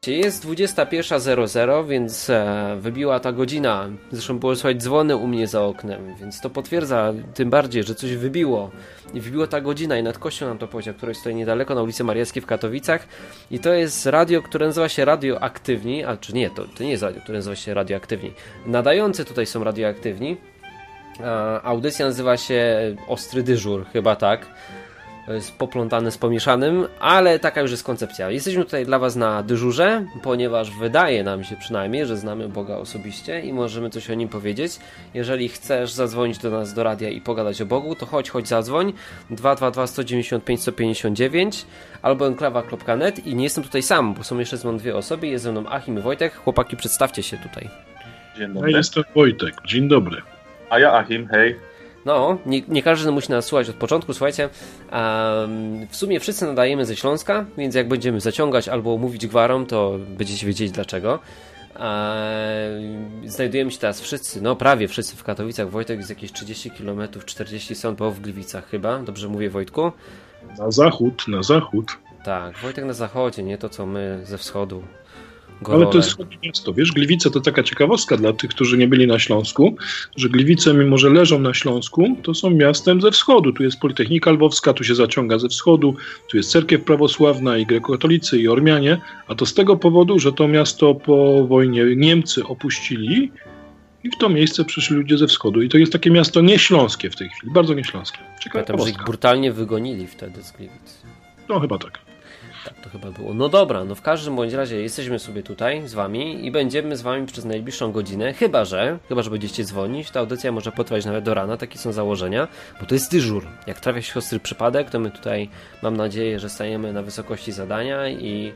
słuchajcie, jest 21:00, więc wybiła ta godzina. Zresztą było słychać dzwony u mnie za oknem, więc to potwierdza tym bardziej, że coś wybiło. I wybiła ta godzina i nad kością nam to powiedział, który stoi niedaleko na ulicy Mariackiej w Katowicach. I to jest radio, które nazywa się Radioaktywni, a czy nie, to nie jest radio, które nazywa się Radioaktywni. Nadający tutaj są Radioaktywni. Audycja nazywa się Ostry Dyżur, chyba tak. Jest poplątane z pomieszanym, ale taka już jest koncepcja. Jesteśmy tutaj dla was na dyżurze, ponieważ wydaje nam się przynajmniej, że znamy Boga osobiście i możemy coś o Nim powiedzieć. Jeżeli chcesz zadzwonić do nas do radia i pogadać o Bogu, to chodź zadzwoń 222 195 159 albo enklawa.net i nie jestem tutaj sam, bo są jeszcze ze mną dwie osoby. Jest ze mną Achim i Wojtek. Chłopaki, przedstawcie się tutaj. Dzień dobry. Ja jestem Wojtek. Dzień dobry. A ja Achim, hej. No, nie każdy musi nas słuchać od początku, słuchajcie. W sumie wszyscy nadajemy ze Śląska, więc jak będziemy zaciągać albo mówić gwarą, to będziecie wiedzieć dlaczego. Znajdujemy się teraz wszyscy, no prawie wszyscy w Katowicach. Wojtek jest jakieś 30 km, 40 stąd, bo w Gliwicach chyba. Dobrze mówię, Wojtku? Na zachód. Tak, Wojtek na zachodzie, nie to co my ze wschodu. Ale to jest wschodnie miasto. Wiesz, Gliwice to taka ciekawostka dla tych, którzy nie byli na Śląsku, że Gliwice, mimo że leżą na Śląsku, to są miastem ze wschodu. Tu jest Politechnika Lwowska, tu się zaciąga ze wschodu, tu jest cerkiew prawosławna i grekokatolicy i Ormianie, a to z tego powodu, że to miasto po wojnie Niemcy opuścili i w to miejsce przyszli ludzie ze wschodu. I to jest takie miasto nieśląskie w tej chwili, bardzo nieśląskie. Pamiętam, że ich brutalnie wygonili wtedy z Gliwic. No chyba tak. Tak to chyba było. No dobra, no w każdym bądź razie jesteśmy sobie tutaj z wami i będziemy z wami przez najbliższą godzinę, chyba że będziecie dzwonić, ta audycja może potrwać nawet do rana, takie są założenia, bo to jest dyżur. Jak trafia się ostry przypadek, to my tutaj mam nadzieję, że stajemy na wysokości zadania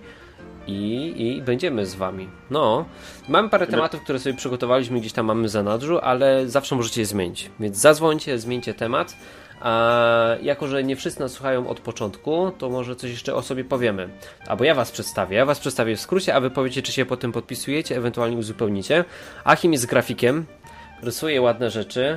i będziemy z wami. No, mamy parę tematów, które sobie przygotowaliśmy, gdzieś tam mamy w zanadrzu, ale zawsze możecie je zmienić, więc zadzwońcie, zmieńcie temat. A jako, że nie wszyscy nas słuchają od początku, to może coś jeszcze o sobie powiemy. Albo ja was przedstawię w skrócie, a wy powiecie, czy się po tym podpisujecie, ewentualnie uzupełnicie. Achim jest grafikiem, rysuje ładne rzeczy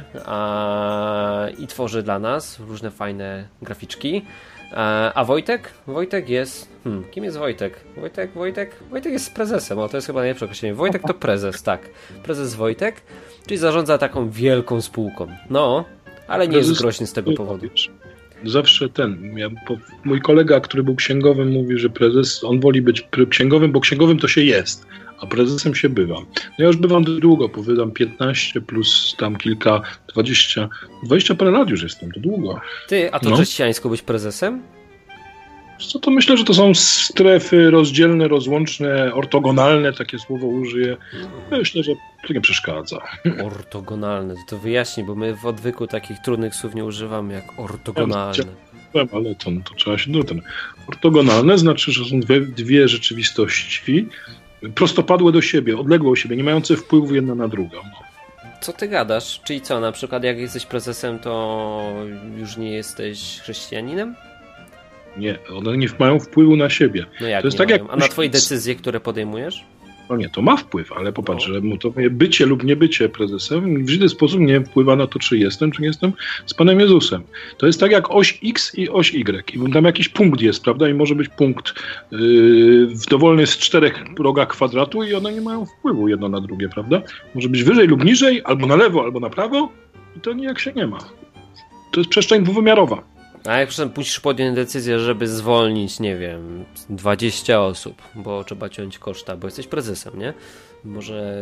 i tworzy dla nas różne fajne graficzki. A Wojtek? Wojtek jest... kim jest Wojtek? Wojtek jest prezesem, to jest chyba najlepsze określenie. Wojtek to prezes, tak. Prezes Wojtek, czyli zarządza taką wielką spółką. No... Ale nie jest groźny z tego powodu. Zawsze mój kolega, który był księgowym, mówi, że prezes, on woli być księgowym, bo księgowym to się jest, a prezesem się bywa. No ja już bywam długo, bo wydam 15 plus tam kilka, 20 parę lat już jestem, to długo. Ty, a to chrześcijańsko być prezesem? Co to myślę, że to są strefy rozdzielne, rozłączne, ortogonalne, takie słowo użyję. Myślę, że to nie przeszkadza. Ortogonalne, to wyjaśnij, bo my w odwyku takich trudnych słów nie używamy jak ortogonalne. Ale to trzeba się ortogonalne znaczy, że są dwie rzeczywistości prostopadłe do siebie, odległe od siebie, nie mające wpływu jedna na drugą. Co ty gadasz? Czyli co, na przykład jak jesteś prezesem, to już nie jesteś chrześcijaninem? Nie, one nie mają wpływu na siebie. No jak to jest tak mają? A na twoje decyzje, które podejmujesz? No nie, to ma wpływ, ale popatrz, że to moje bycie lub niebycie prezesem w żaden sposób nie wpływa na to, czy jestem, czy nie jestem z Panem Jezusem. To jest tak jak oś X i oś Y. I tam jakiś punkt jest, prawda? I może być punkt dowolny z 4 roga kwadratu i one nie mają wpływu jedno na drugie, prawda? Może być wyżej lub niżej, albo na lewo, albo na prawo i to nijak się nie ma. To jest przestrzeń dwuwymiarowa. A jak musisz podjąć decyzję, żeby zwolnić, nie wiem, 20 osób, bo trzeba ciąć koszta, bo jesteś prezesem, nie? Może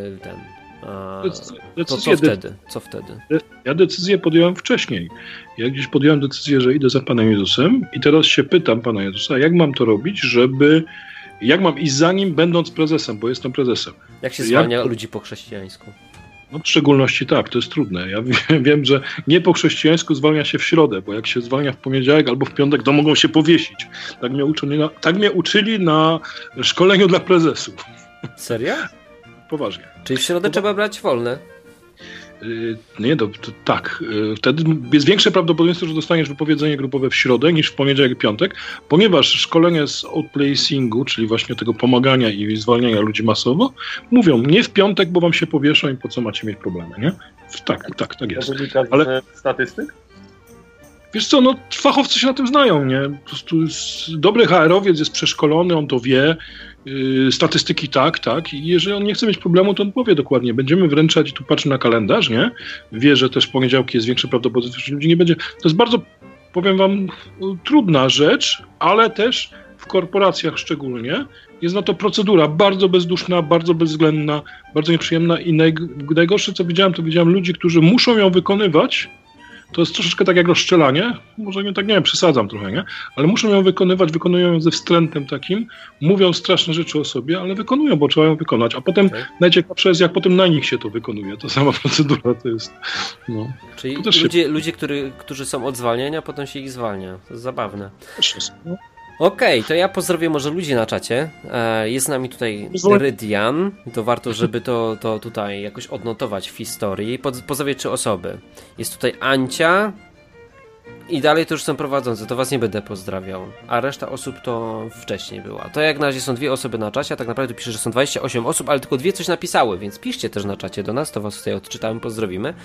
to co wtedy? Ja decyzję podjąłem wcześniej. Ja gdzieś podjąłem decyzję, że idę za Panem Jezusem i teraz się pytam Pana Jezusa, jak mam to robić, jak mam iść za Nim, będąc prezesem, bo jestem prezesem. Jak się zwalnia ludzi po chrześcijańsku? No w szczególności tak, to jest trudne. Ja wiem, że nie po chrześcijańsku zwalnia się w środę, bo jak się zwalnia w poniedziałek albo w piątek, to mogą się powiesić. Tak mnie uczyli na szkoleniu dla prezesów. Serio? Poważnie. Czyli w środę trzeba brać wolne? Nie, to tak. Wtedy jest większe prawdopodobieństwo, że dostaniesz wypowiedzenie grupowe w środę niż w poniedziałek i piątek, ponieważ szkolenie z outplacingu, czyli właśnie tego pomagania i zwalniania ludzi masowo, mówią nie w piątek, bo wam się powieszą i po co macie mieć problemy, nie? Tak jest. To wynika z statystyk? Wiesz co, no fachowcy się na tym znają, nie? Po prostu dobry HR-owiec jest przeszkolony, on to wie, statystyki tak, i jeżeli on nie chce mieć problemu, to on powie dokładnie, będziemy wręczać, tu patrzy na kalendarz, nie? Wie, że też w poniedziałki jest większe prawdopodobieństwo, że ludzi nie będzie. To jest bardzo, powiem wam, trudna rzecz, ale też w korporacjach szczególnie jest na to procedura bardzo bezduszna, bardzo bezwzględna, bardzo nieprzyjemna i najgorsze, co widziałem ludzi, którzy muszą ją wykonywać. To jest troszeczkę tak jak rozstrzelanie, może nie tak, nie wiem, przesadzam trochę, nie? Ale muszą ją wykonywać, wykonują ją ze wstrętem takim, mówią straszne rzeczy o sobie, ale wykonują, bo trzeba ją wykonać. A potem najciekawsze jest, jak potem na nich się to wykonuje. To sama procedura to jest. No. Czyli ludzie którzy są od zwalniania, potem się ich zwalnia. To jest zabawne. No. Okej, to ja pozdrowię może ludzi na czacie. Jest z nami tutaj Rydian. To warto, żeby to tutaj jakoś odnotować w historii. Pozdrowię 3 osoby. Jest tutaj Ancia. I dalej to już są prowadzący, to was nie będę pozdrawiał. A reszta osób to wcześniej była. To jak na razie są 2 osoby na czacie, a tak naprawdę tu pisze, że są 28 osób, ale tylko 2 coś napisały, więc piszcie też na czacie do nas, to was tutaj odczytałem, pozdrowimy.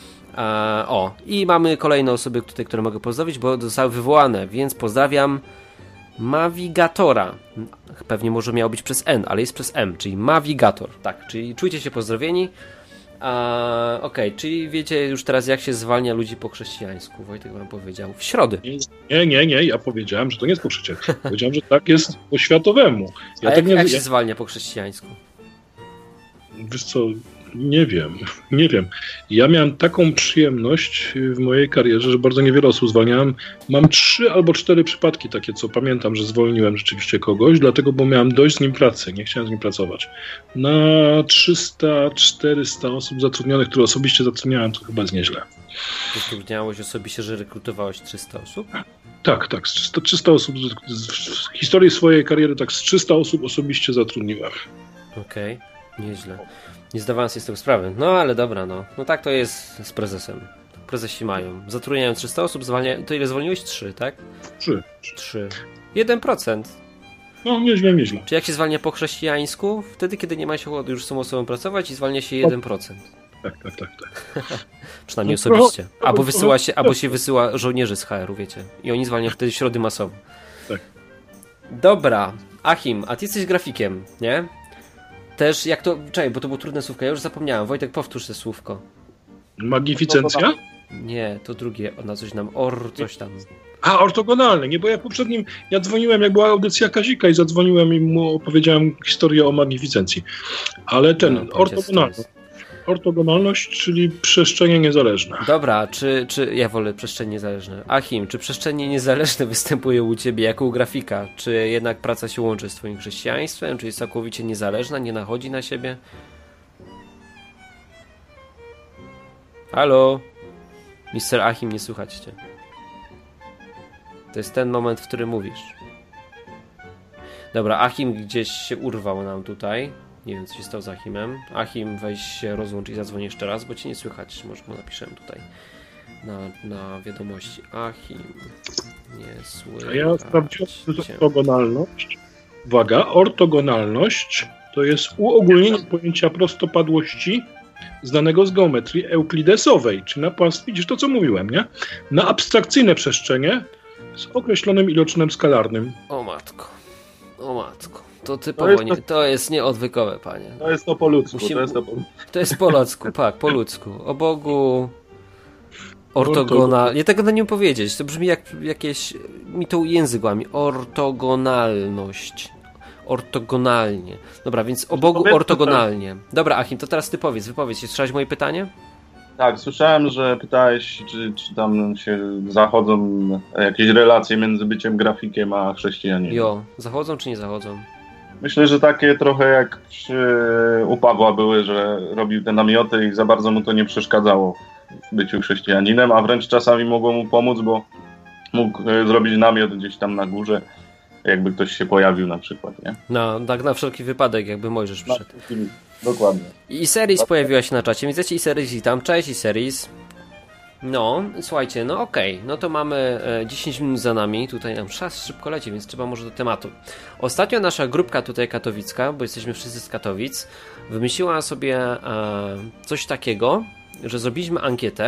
I mamy kolejne osoby tutaj, które mogę pozdrowić, bo zostały wywołane, więc pozdrawiam Mavigatora. Pewnie może miało być przez N, ale jest przez M, czyli Mavigator. Tak, czyli czujcie się pozdrowieni. Okej, czyli wiecie już teraz, jak się zwalnia ludzi po chrześcijańsku. Wojtek wam powiedział. W środę. Nie, ja powiedziałem, że to nie jest po chrześcijańsku. Powiedziałem, że tak jest po światowemu. Jak się zwalnia po chrześcijańsku? Wiesz co, nie wiem. Ja miałem taką przyjemność w mojej karierze, że bardzo niewiele osób zwalniałem. Mam 3 albo 4 przypadki takie, co pamiętam, że zwolniłem rzeczywiście kogoś, dlatego, bo miałem dość z nim pracy, nie chciałem z nim pracować. Na 300-400 osób zatrudnionych, które osobiście zatrudniałem, to chyba jest nieźle. Zatrudniałeś osobiście, że rekrutowałeś 300 osób? Tak, 300 osób w historii swojej kariery, tak z 300 osób osobiście zatrudniłem. Okej, nieźle. Nie zdawałem sobie z tego sprawy. No ale dobra, no tak to jest z prezesem. Prezesi mają. Zatrudniają 300 osób, zwalniają. To ile zwolniłeś? 3, tak? 3. 1%. No, nieźle. Czy jak się zwalnia po chrześcijańsku? Wtedy, kiedy nie ma się ochoty już z tą osobą pracować i zwalnia się 1%. Tak. Przynajmniej osobiście. Albo się wysyła żołnierzy z HR-u, wiecie. I oni zwalniają wtedy środy masowo. Tak. Dobra. Achim, a ty jesteś grafikiem, nie? Też jak to... Czekaj, bo to było trudne słówko. Ja już zapomniałem. Wojtek, powtórz te słówko. Magificencja? Nie, to drugie. Ona coś nam... coś tam. Ortogonalne. Nie, bo ja dzwoniłem, jak była audycja Kazika i zadzwoniłem i mu opowiedziałem historię o magificencji. Ale ortogonalność, czyli przestrzenie niezależne. Dobra, czy ja wolę przestrzenie niezależne. Achim, czy przestrzenie niezależne występuje u ciebie jako u grafika? Czy jednak praca się łączy z twoim chrześcijaństwem? Czy jest całkowicie niezależna, nie nachodzi na siebie? Halo? Mr. Achim, nie słychać cię. To jest ten moment, w którym mówisz. Dobra, Achim gdzieś się urwał nam tutaj. Nie wiem, co się stało z Achimem. Achim, weź się rozłącz i zadzwoń jeszcze raz, bo cię nie słychać. Może mu napiszemy tutaj na wiadomości. Achim, nie słychać. A ja sprawdziłem ortogonalność. Uwaga, ortogonalność to jest uogólnienie pojęcia prostopadłości znanego z geometrii euklidesowej, czy widzisz to, co mówiłem, nie? Na abstrakcyjne przestrzenie z określonym iloczynem skalarnym. O matko. To typowo to jest nieodwykowe, panie. To jest to po ludzku. To jest po ludzku, tak, po ludzku. O Bogu ortogonalnie. Tego nie powiedzieć. To brzmi jak jakieś... Mi to język łamie. Ortogonalność. Ortogonalnie. Dobra, więc o Bogu ortogonalnie. Dobra, Achim, to teraz ty wypowiedz. Słyszałeś moje pytanie? Tak, słyszałem, że pytałeś, czy tam się zachodzą jakieś relacje między byciem grafikiem a chrześcijaninem. Zachodzą czy nie zachodzą? Myślę, że takie trochę jak u Pawła były, że robił te namioty i za bardzo mu to nie przeszkadzało w byciu chrześcijaninem, a wręcz czasami mogło mu pomóc, bo mógł zrobić namiot gdzieś tam na górze, jakby ktoś się pojawił na przykład, nie? No, tak na wszelki wypadek, jakby Mojżesz przyszedł. Dokładnie. I Series pojawiła się na czacie, więc wiecie, i Series witam. Cześć, i Series. No, słuchajcie, no okej, no to mamy 10 minut za nami, tutaj nam czas szybko leci, więc trzeba może do tematu. Ostatnio nasza grupka tutaj katowicka, bo jesteśmy wszyscy z Katowic, wymyśliła sobie coś takiego, że zrobiliśmy ankietę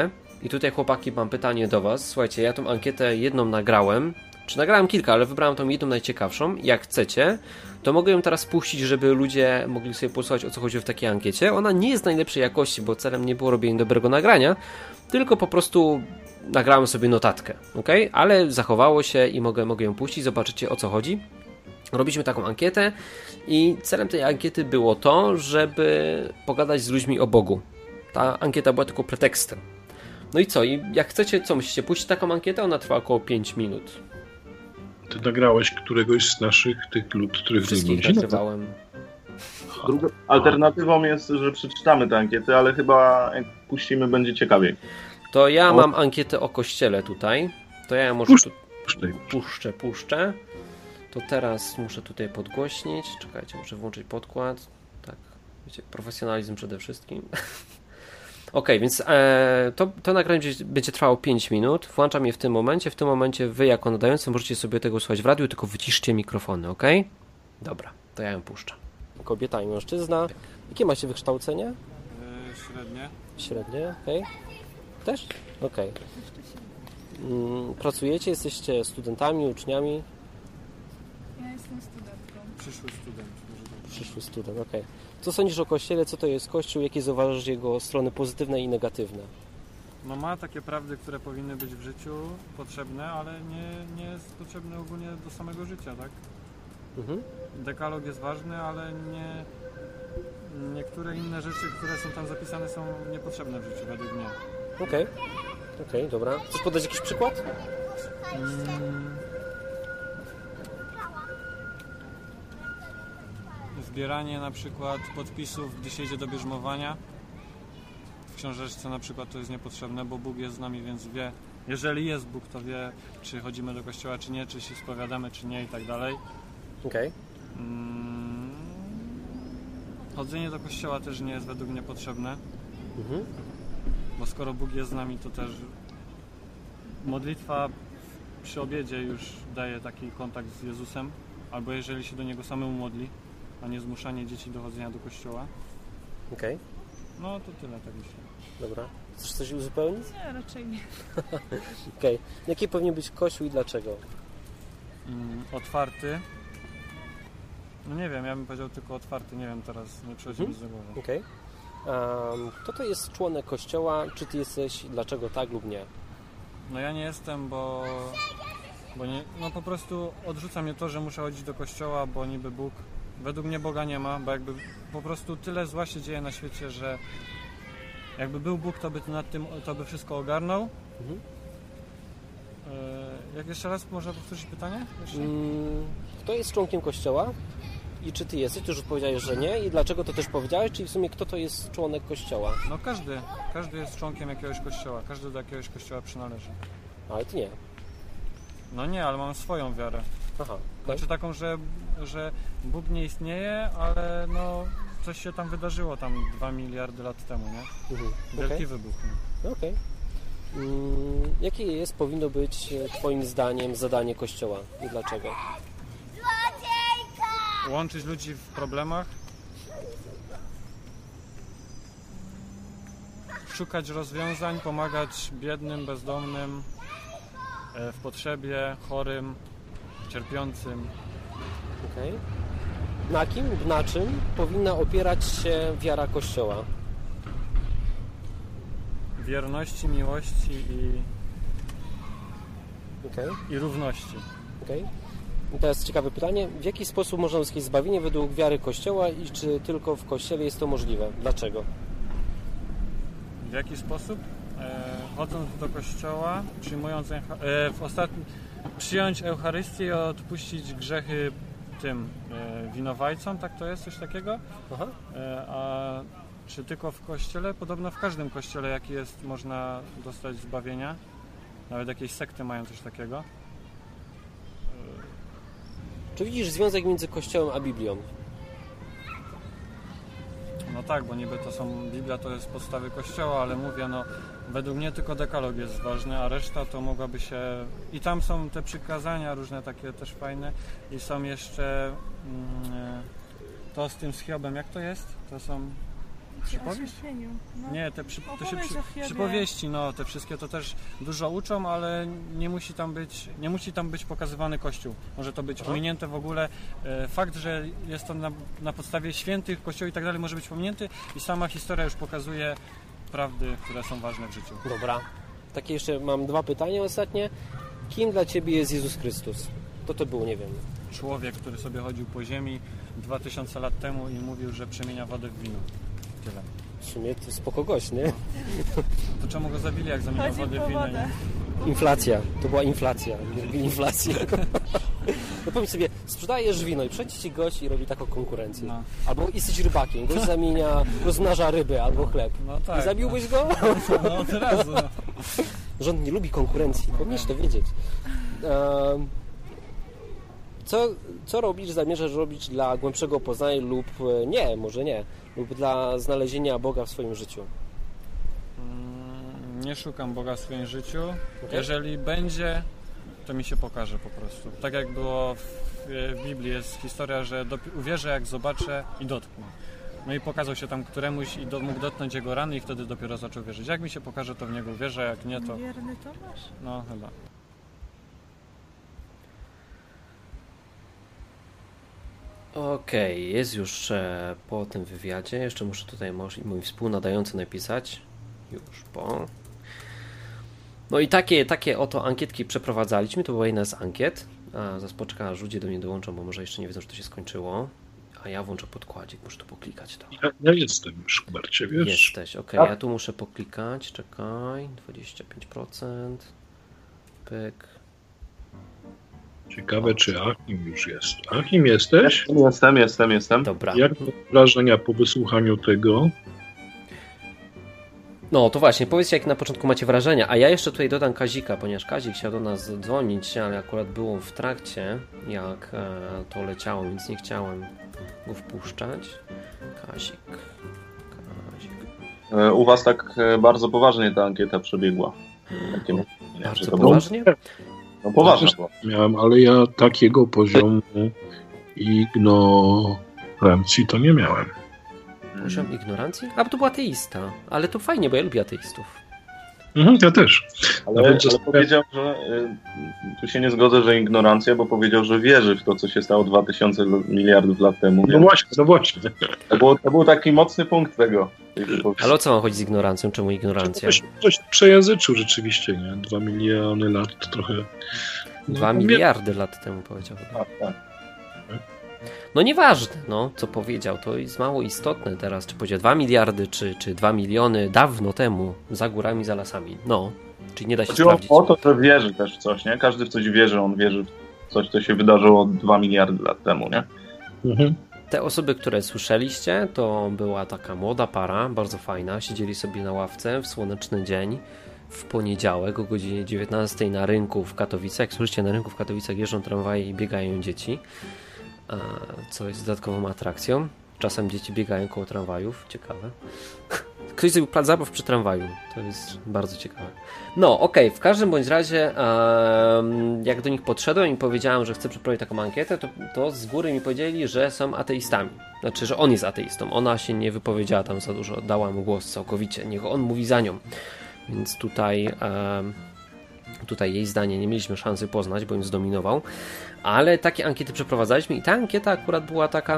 I tutaj, chłopaki, mam pytanie do was. Słuchajcie, ja tą ankietę jedną nagrałem. Nagrałem kilka, ale wybrałem tą jedną najciekawszą. Jak chcecie, to mogę ją teraz puścić, żeby ludzie mogli sobie posłuchać, o co chodzi w takiej ankiecie. Ona nie jest najlepszej jakości, bo celem nie było robienie dobrego nagrania, tylko po prostu nagrałem sobie notatkę, ok? Ale zachowało się i mogę ją puścić, zobaczycie, o co chodzi. Robiliśmy taką ankietę i celem tej ankiety było to, żeby pogadać z ludźmi o Bogu. Ta ankieta była tylko pretekstem. No i co? I jak chcecie, co myślicie? Puścić taką ankietę? Ona trwa około 5 minut. Ty nagrałeś któregoś z naszych tych lub których wszystkich nagrywałem. Alternatywą jest, że przeczytamy tę ankietę, ale chyba jak puścimy, będzie ciekawiej. To ja mam ankietę o Kościele tutaj. To ja może puszczę. To teraz muszę tutaj podgłośnić. Czekajcie, muszę włączyć podkład. Tak, wiecie, profesjonalizm przede wszystkim. Ok, więc to nagranie będzie trwało 5 minut. Włączam je w tym momencie. W tym momencie wy jako nadający możecie sobie tego słuchać w radiu, tylko wyciszcie mikrofony, ok? Dobra, to ja ją puszczam. Kobieta i mężczyzna. Jakie macie wykształcenie? Średnie. Średnie, ok. Też? Ok. Pracujecie? Jesteście studentami, uczniami? Ja jestem studentką. Przyszły student, ok. Co sądzisz o Kościele? Co to jest Kościół? Jakie zauważasz jego strony pozytywne i negatywne? No ma takie prawdy, które powinny być w życiu potrzebne, ale nie jest potrzebne ogólnie do samego życia, tak? Dekalog jest ważny, ale niektóre inne rzeczy, które są tam zapisane, są niepotrzebne w życiu, według mnie. Okej, dobra. Chcesz podać jakiś przykład? Zbieranie na przykład podpisów, gdy się idzie do bierzmowania. W książeczce na przykład to jest niepotrzebne, bo Bóg jest z nami, więc wie, jeżeli jest Bóg, to wie, czy chodzimy do kościoła, czy nie, czy się spowiadamy, czy nie i tak dalej. Okej. Chodzenie do kościoła też nie jest według mnie potrzebne. Bo skoro Bóg jest z nami, to też modlitwa przy obiedzie już daje taki kontakt z Jezusem, albo jeżeli się do Niego samemu modli, a nie zmuszanie dzieci do chodzenia do kościoła. Okej. No to tyle, tak myślę. Dobra. Chcesz coś uzupełnić? Nie, raczej nie. Okej. Jaki powinien być Kościół i dlaczego? Otwarty. No nie wiem, ja bym powiedział tylko otwarty, nie wiem, teraz nie przychodzi mi do głowy. Okej. Kto to jest członek Kościoła? Czy ty jesteś? Dlaczego tak lub nie? No ja nie jestem, bo nie, no po prostu odrzuca mnie to, że muszę chodzić do kościoła, bo niby Bóg, według mnie Boga nie ma, bo jakby po prostu tyle zła się dzieje na świecie, że jakby był Bóg, to by nad tym, to by wszystko ogarnął. Jak jeszcze raz, można powtórzyć pytanie? Kto jest członkiem Kościoła? I czy ty jesteś? Ty już odpowiedziałeś, że nie. I dlaczego to też powiedziałeś? Czyli w sumie kto to jest członek Kościoła? No każdy jest członkiem jakiegoś kościoła. Każdy do jakiegoś kościoła przynależy. Ale ty nie. No nie, ale mam swoją wiarę. Aha. Znaczy taką, że Bóg nie istnieje, ale no coś się tam wydarzyło tam 2 miliardy lat temu, nie? Wielki wybuch. Okej. Jakie powinno być twoim zdaniem zadanie Kościoła i dlaczego? Łączyć ludzi w problemach, szukać rozwiązań, pomagać biednym, bezdomnym, w potrzebie, chorym, cierpiącym. Okej. Na czym powinna opierać się wiara Kościoła? Wierności, miłości i równości. Okej. I teraz ciekawe pytanie. W jaki sposób można uzyskać zbawienie według wiary Kościoła i czy tylko w Kościele jest to możliwe? Dlaczego? W jaki sposób? Chodząc do Kościoła, przyjąć Eucharystię i odpuścić grzechy tym winowajcom, tak to jest? Coś takiego? Aha. A czy tylko w Kościele? Podobno w każdym Kościele, jaki jest, można dostać zbawienia. Nawet jakieś sekty mają coś takiego. Czy widzisz związek między Kościołem a Biblią? No tak, bo niby to są, Biblia to jest podstawy Kościoła, ale mówię, no według mnie tylko dekalog jest ważny, a reszta to mogłaby się... I tam są te przykazania różne takie też fajne i są jeszcze to z tym z Hiobem, jak to jest? To są... Przypowieść? No. Nie, to się Opowiedz o chlebie. przypowieści, no te wszystkie to też dużo uczą, ale nie musi tam być pokazywany Kościół. Może to być pominięte w ogóle. Fakt, że jest to na podstawie świętych, Kościoła i tak dalej może być pominięty i sama historia już pokazuje prawdy, które są ważne w życiu. Dobra. Takie jeszcze mam 2 pytania ostatnie. Kim dla Ciebie jest Jezus Chrystus? To było, nie wiem. Człowiek, który sobie chodził po ziemi 2000 lat temu i mówił, że przemienia wodę w wino. Tyle. W sumie to spoko gość, nie? To czemu go zabili, jak zamieniał Chodzi wodę po w wino? wodę. Inflacja. To była inflacja. Nie robili inflacji. No pomyśl sobie, sprzedajesz wino i przychodzi Ci gość i robi taką konkurencję. No. Albo jesteś rybakiem, gość zamienia, rozmnaża ryby albo chleb. No tak. I zabiłbyś go? No od razu. Rząd nie lubi konkurencji, powinieneś to wiedzieć. Co robisz, zamierzasz robić dla głębszego poznania lub nie, może nie, lub dla znalezienia Boga w swoim życiu? Nie szukam Boga w swoim życiu. Okay. Jeżeli będzie, to mi się pokaże po prostu. Tak jak było w Biblii, jest historia, że uwierzę jak zobaczę i dotknę. No i pokazał się tam któremuś i mógł dotknąć jego rany i wtedy dopiero zaczął wierzyć. Jak mi się pokaże, to w niego uwierzę, jak nie, to... Wierny Tomasz? No chyba. Okej, jest już po tym wywiadzie. Jeszcze muszę tutaj mój współnadający napisać. Już po. No i takie oto ankietki przeprowadzaliśmy. To była jedna z ankiet. Zaraz poczekam, aż ludzie do mnie dołączą, bo może jeszcze nie wiedzą, że to się skończyło. A ja włączę podkładzik, muszę tu poklikać to. Ja jestem już, Hubercie, wiesz? Jesteś, okej, ja tu muszę poklikać, czekaj, 25%, pyk. Ciekawe, czy Achim już jest. Achim, jesteś? Jestem. Dobra. Jak wrażenia po wysłuchaniu tego? No to właśnie, powiedzcie jak na początku macie wrażenia, a ja jeszcze tutaj dodam Kazika, ponieważ Kazik chciał do nas dzwonić, ale akurat było w trakcie, jak to leciało, więc nie chciałem go wpuszczać. Kazik. U was tak bardzo poważnie ta ankieta przebiegła. Bardzo poważnie? No poważnie. Miałem, ale ja takiego poziomu ignorancji to nie miałem. Poziom ignorancji? A, to był ateista, ale to fajnie, bo ja lubię ateistów. Ja też. Ale powiedział, że tu się nie zgodzę, że ignorancja, bo powiedział, że wierzy w to, co się stało 2000 miliardów lat temu. No właśnie. To był taki mocny punkt tego. Ale o co ma chodzić z ignorancją? Czemu ignorancja? Ktoś przejęzyczył rzeczywiście, nie? 2 miliony lat to trochę... 2 miliardy lat temu powiedział. Tak. No nieważne, no, co powiedział, to jest mało istotne teraz, czy powiedział 2 miliardy, czy 2 miliony dawno temu, za górami, za lasami, no, czyli nie da się sprawdzić. O to, że wierzy też w coś, nie? Każdy w coś wierzy, on wierzy w coś, co się wydarzyło 2 miliardy lat temu, nie? Te osoby, które słyszeliście, to była taka młoda para, bardzo fajna, siedzieli sobie na ławce w słoneczny dzień, w poniedziałek o godzinie 19 na rynku w Katowicach. Jak słyszycie, na rynku w Katowicach jeżdżą tramwaje i biegają dzieci, co jest dodatkową atrakcją. Czasem dzieci biegają koło tramwajów, ciekawe. Ktoś zrobił plac zabaw przy tramwaju, to jest bardzo ciekawe. No okej, w każdym bądź razie jak do nich podszedłem i powiedziałem, że chcę przeprowadzić taką ankietę, to z góry mi powiedzieli, że są ateistami. Znaczy, że on jest ateistą. Ona się nie wypowiedziała tam za dużo, dała mu głos całkowicie, niech on mówi za nią. Więc tutaj jej zdanie nie mieliśmy szansy poznać, bo ją zdominował. Ale takie ankiety przeprowadzaliśmy i ta ankieta akurat była taka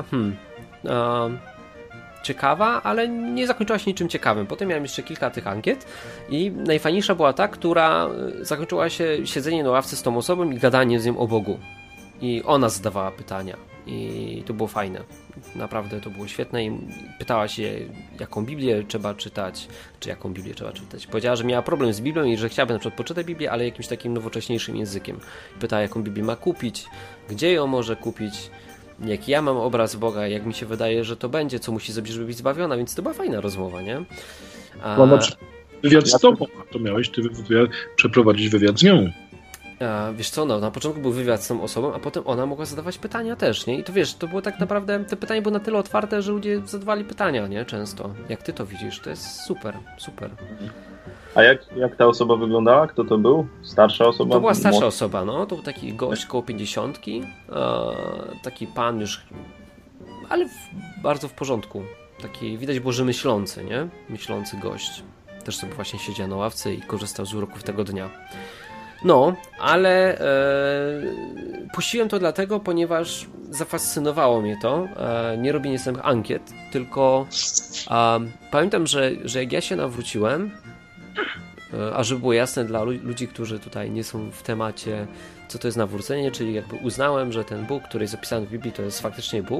ciekawa, ale nie zakończyła się niczym ciekawym. Potem miałem jeszcze kilka tych ankiet i najfajniejsza była ta, która zakończyła się siedzeniem na ławce z tą osobą i gadaniem z nią o Bogu. I ona zadawała pytania i to było fajne. Naprawdę to było świetne i pytała się, jaką Biblię trzeba czytać, czy jaką Biblię trzeba czytać. Powiedziała, że miała problem z Biblią i że chciałaby na przykład poczytać Biblię, ale jakimś takim nowocześniejszym językiem. Pytała, jaką Biblię ma kupić, gdzie ją może kupić, jaki ja mam obraz Boga, jak mi się wydaje, że to będzie, co musi zrobić, żeby być zbawiona, więc to była fajna rozmowa, nie? Wywiad z tobą, a to miałeś ty przeprowadzić wywiad z nią. Wiesz co, no, na początku był wywiad z tą osobą, a potem ona mogła zadawać pytania też, nie? I to wiesz, to było tak naprawdę, te pytania były na tyle otwarte, że ludzie zadawali pytania, nie? Często. Jak ty to widzisz, to jest super. A jak ta osoba wyglądała? Kto to był? Starsza osoba? To była starsza osoba, no. To był taki gość koło 50, taki pan już, ale bardzo w porządku. Taki widać było, że myślący, nie? Myślący gość. Też sobie właśnie siedział na ławce i korzystał z uroków tego dnia. No, ale puściłem to dlatego, ponieważ zafascynowało mnie to. Nie robienie samych ankiet, tylko pamiętam, że jak ja się nawróciłem, a żeby było jasne dla ludzi, którzy tutaj nie są w temacie, co to jest nawrócenie, czyli jakby uznałem, że ten Bóg, który jest opisany w Biblii, to jest faktycznie Bóg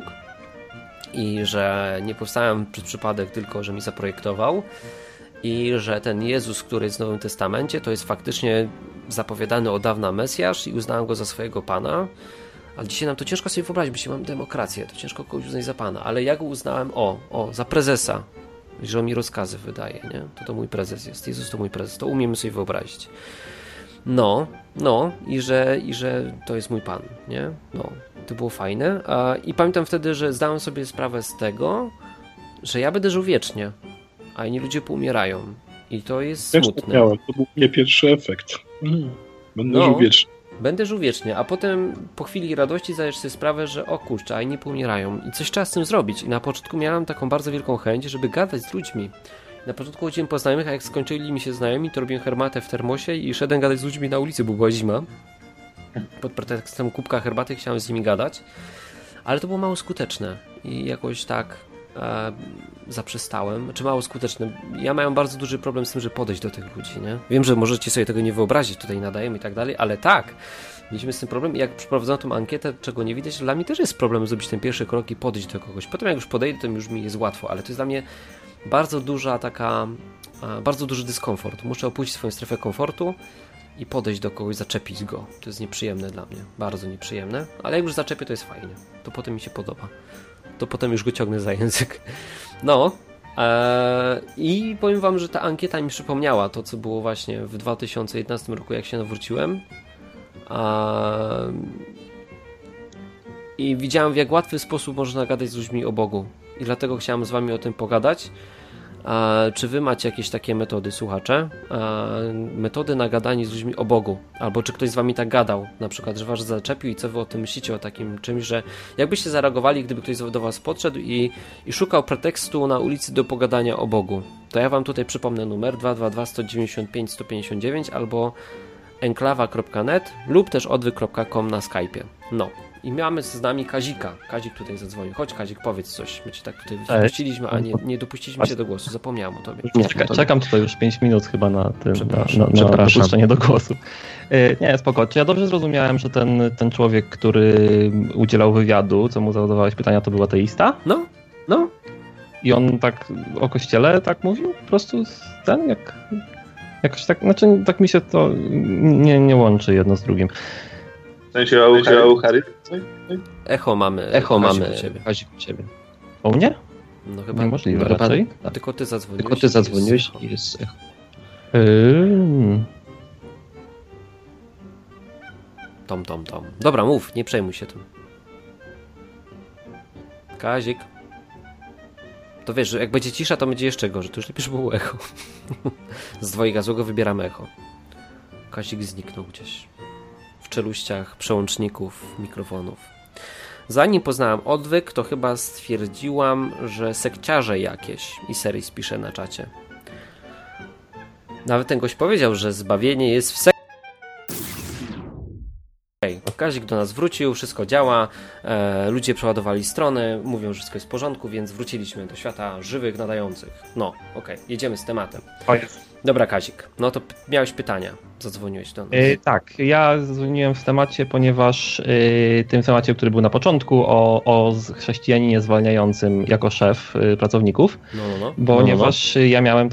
i że nie powstałem przez przypadek, tylko że mi zaprojektował i że ten Jezus, który jest w Nowym Testamencie, to jest faktycznie zapowiadany od dawna Mesjasz i uznałem go za swojego Pana. Ale dzisiaj nam to ciężko sobie wyobrazić, bo dzisiaj mamy demokrację, to ciężko kogoś uznać za Pana, ale ja go uznałem, za prezesa, że on mi rozkazy wydaje, nie? To mój prezes jest, Jezus to mój prezes, to umiemy sobie wyobrazić. No, i że to jest mój Pan, nie? No, to było fajne. I pamiętam wtedy, że zdałem sobie sprawę z tego, że ja będę żył wiecznie, a inni ludzie poumierają. I to jest smutne. Miałem. To był mnie pierwszy efekt. Będę żył wiecznie. Będę żył wiecznie, a potem po chwili radości zdajesz sobie sprawę, że o kurczę, a inni poumierają. I coś trzeba z tym zrobić. I na początku miałem taką bardzo wielką chęć, żeby gadać z ludźmi. Na początku chodziłem po znajomych, a jak skończyli mi się znajomi, to robiłem herbatę w termosie i szedłem gadać z ludźmi na ulicy, bo była zima. Pod pretekstem kubka herbaty chciałem z nimi gadać. Ale to było mało skuteczne. I jakoś tak zaprzestałem. Czy mało skuteczne. Ja miałem bardzo duży problem z tym, żeby podejść do tych ludzi, nie? Wiem, że możecie sobie tego nie wyobrazić, tutaj nadajemy i tak dalej, ale tak, mieliśmy z tym problem i jak przeprowadzono tą ankietę, czego nie widać, dla mnie też jest problem zrobić ten pierwszy krok i podejść do kogoś. Potem jak już podejdę, to już mi jest łatwo, ale to jest dla mnie bardzo duży dyskomfort. Muszę opuścić swoją strefę komfortu i podejść do kogoś, zaczepić go. To jest nieprzyjemne dla mnie, bardzo nieprzyjemne, ale jak już zaczepię, to jest fajnie. To potem mi się podoba. To potem już go ciągnę za język. No. I powiem wam, że ta ankieta mi przypomniała to, co było właśnie w 2011 roku, jak się nawróciłem. I widziałem, w jak łatwy sposób można gadać z ludźmi o Bogu. I dlatego chciałem z wami o tym pogadać. Czy wy macie jakieś takie metody, słuchacze? Metody na gadanie z ludźmi o Bogu. Albo czy ktoś z wami tak gadał, na przykład, że was zaczepił i co wy o tym myślicie, o takim czymś, że jakbyście zareagowali, gdyby ktoś do was podszedł i szukał pretekstu na ulicy do pogadania o Bogu. To ja wam tutaj przypomnę numer 222 195 159 albo enklawa.net lub też odwyk.com na Skype'ie. No. I mamy z nami Kazika. Kazik tutaj zadzwonił. Chodź Kazik, powiedz coś. My cię tak tutaj dopuściliśmy, a nie dopuściliśmy cię do głosu. Zapomniałem o tobie. Czekam tutaj już 5 minut chyba na tym, na dopuszczenie do głosu. Nie, spoko. Czy ja dobrze zrozumiałem, że ten człowiek, który udzielał wywiadu, co mu zadawałeś pytania, to był ateista? No. I on tak o Kościele tak mówił? Po prostu jakoś tak, znaczy tak mi się to nie łączy jedno z drugim. W sensie Eucharystyce? Echo mamy u ciebie. O mnie? No chyba niemożliwe raczej. Tylko ty zadzwoniłeś i jest echo. Tom. Dobra, mów, nie przejmuj się tym. Kazik. To wiesz, że jak będzie cisza, to będzie jeszcze gorzej. To już lepiej, żeby było echo. Z dwojga złego wybieramy echo. Kazik zniknął gdzieś w czeluściach przełączników, mikrofonów. Zanim poznałem odwyk, to chyba stwierdziłam, że sekciarze jakieś i Seris pisze na czacie. Nawet ten gość powiedział, że zbawienie jest w Kazik do nas wrócił, wszystko działa, ludzie przeładowali strony, mówią, że wszystko jest w porządku, więc wróciliśmy do świata żywych, nadających. No, okej, jedziemy z tematem. Dobra, Kazik, no to miałeś pytania, zadzwoniłeś do nas. Tak, ja zadzwoniłem w temacie, ponieważ tym temacie, który był na początku, o chrześcijaninie zwalniającym jako szef pracowników, ponieważ ja miałem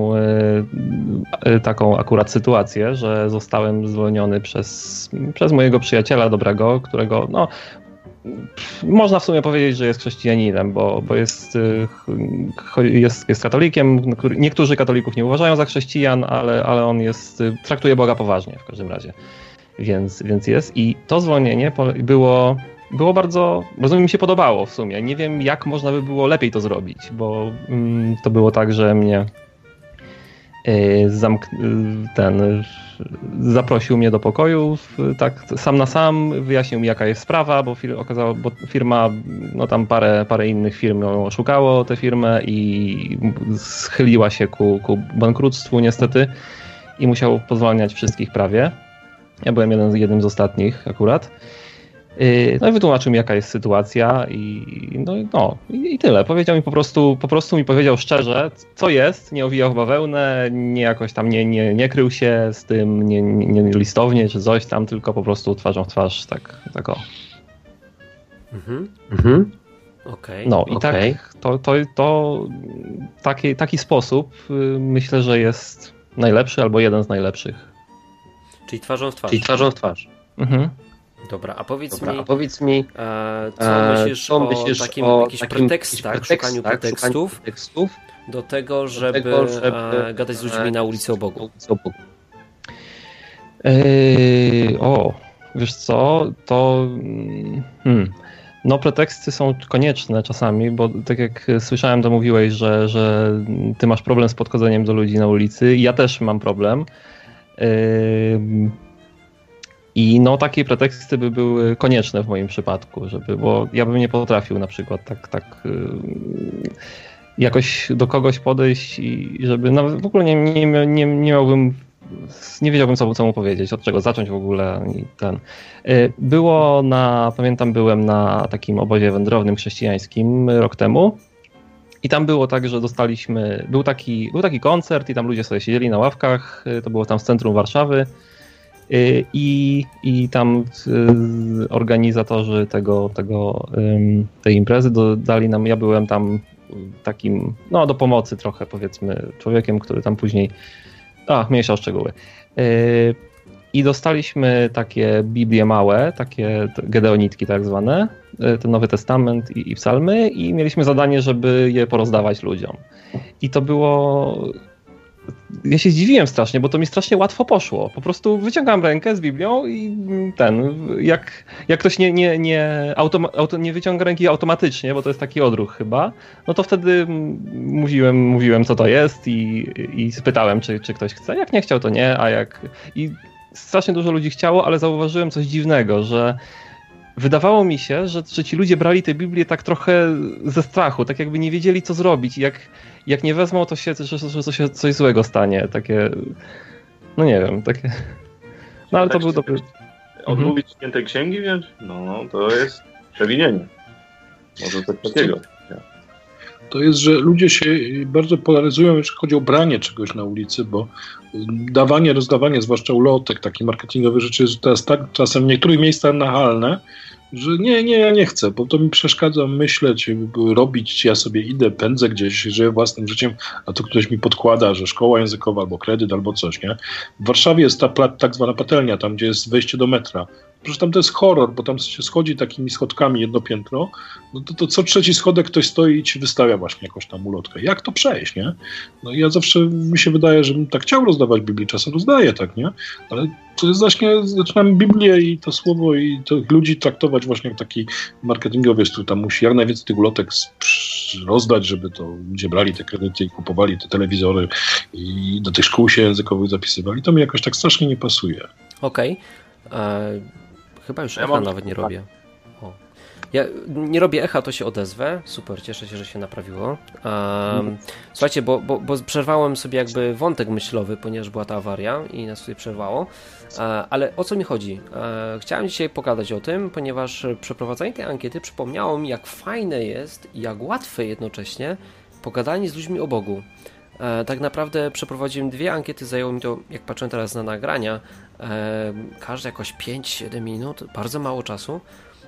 taką akurat sytuację, że zostałem zwolniony przez mojego przyjaciela dobrego, którego można w sumie powiedzieć, że jest chrześcijaninem, bo jest katolikiem. Niektórzy katolików nie uważają za chrześcijan, ale on traktuje Boga poważnie w każdym razie. Więc jest. I to zwolnienie było bardzo mi się podobało w sumie. Nie wiem, jak można by było lepiej to zrobić, bo to było tak, że mnie zaprosił mnie do pokoju, tak sam na sam, wyjaśnił mi jaka jest sprawa, bo firma, no tam parę innych firm ją oszukało, tę firmę i schyliła się ku bankructwu niestety i musiał pozwalniać wszystkich prawie. Ja byłem jednym z ostatnich akurat. No i wytłumaczył mi jaka jest sytuacja i tyle. Powiedział mi po prostu mi powiedział szczerze, co jest, nie owijał bawełnę, nie jakoś tam nie krył się z tym, nie listownie czy coś tam, tylko po prostu twarzą w twarz, tak o. Okej. No i tak, taki sposób myślę, że jest najlepszy albo jeden z najlepszych. Czyli twarzą w twarz. Mhm. Dobra, a powiedz mi, co myślisz o jakichś pretekstach, szukaniu pretekstów do tego, żeby gadać z ludźmi na ulicy o Bogu? Wiesz co, to... No preteksty są konieczne czasami, bo tak jak słyszałem, to mówiłeś, że ty masz problem z podchodzeniem do ludzi na ulicy. Ja też mam problem. I no takie preteksty by były konieczne w moim przypadku, bo ja bym nie potrafił na przykład tak jakoś do kogoś podejść i żeby nawet w ogóle nie miałbym, nie wiedziałbym co mu powiedzieć, od czego zacząć w ogóle. Pamiętam, byłem na takim obozie wędrownym chrześcijańskim rok temu i tam było tak, że był taki koncert i tam ludzie sobie siedzieli na ławkach, to było tam w centrum Warszawy. I tam organizatorzy tej imprezy dali nam, ja byłem tam takim, no do pomocy trochę powiedzmy, człowiekiem, który tam później, mniejsza o szczegóły. I dostaliśmy takie Biblie małe, takie gedeonitki tak zwane, ten Nowy Testament i psalmy i mieliśmy zadanie, żeby je porozdawać ludziom. I to było... Ja się zdziwiłem strasznie, bo to mi strasznie łatwo poszło. Po prostu wyciągam rękę z Biblią i jak ktoś nie wyciąga ręki automatycznie, bo to jest taki odruch chyba, no to wtedy mówiłem co to jest i spytałem, czy ktoś chce. Jak nie chciał, to nie, i strasznie dużo ludzi chciało, ale zauważyłem coś dziwnego, że wydawało mi się, że ci ludzie brali tę Biblię tak trochę ze strachu, tak jakby nie wiedzieli co zrobić i jak nie wezmą, to się coś złego stanie, takie, no nie wiem, takie, no ale to był dobry... Odmówić świętej księgi wziąć? No to jest przewinienie. Może coś takiego. To jest, że ludzie się bardzo polaryzują, jeśli chodzi o branie czegoś na ulicy, bo rozdawanie, zwłaszcza ulotek, takich marketingowych rzeczy jest teraz tak czasem w niektórych miejscach nachalne, że ja nie chcę, bo to mi przeszkadza myśleć, robić, ja sobie idę, pędzę gdzieś, żyję własnym życiem, a to ktoś mi podkłada, że szkoła językowa, albo kredyt, albo coś, nie? W Warszawie jest ta tak zwana patelnia, tam gdzie jest wejście do metra. Przecież tam to jest horror, bo tam się schodzi takimi schodkami jedno piętro, no to co trzeci schodek ktoś stoi i ci wystawia właśnie jakąś tam ulotkę. Jak to przejść, nie? No i ja zawsze, mi się wydaje, że bym tak chciał rozdawać Biblię, czasem rozdaję, tak, nie? Ale to jest zaczynam Biblię i to słowo i tych ludzi traktować właśnie jak taki marketingowiec, który tam musi jak najwięcej tych ulotek rozdać, żeby to ludzie brali te kredyty i kupowali te telewizory i do tych szkół się językowych zapisywali. To mi jakoś tak strasznie nie pasuje. Okej. Chyba już echa nawet nie robię. Ja nie robię echa, to się odezwę. Super, cieszę się, że się naprawiło. Słuchajcie, bo przerwałem sobie jakby wątek myślowy, ponieważ była ta awaria i nas tutaj przerwało. Ale o co mi chodzi? Chciałem dzisiaj pogadać o tym, ponieważ przeprowadzanie tej ankiety przypomniało mi, jak fajne jest i jak łatwe jednocześnie pogadanie z ludźmi o Bogu. Tak naprawdę przeprowadziłem 2 ankiety, zajęło mi to, jak patrzę teraz na nagrania, każda jakoś 5-7 minut, bardzo mało czasu,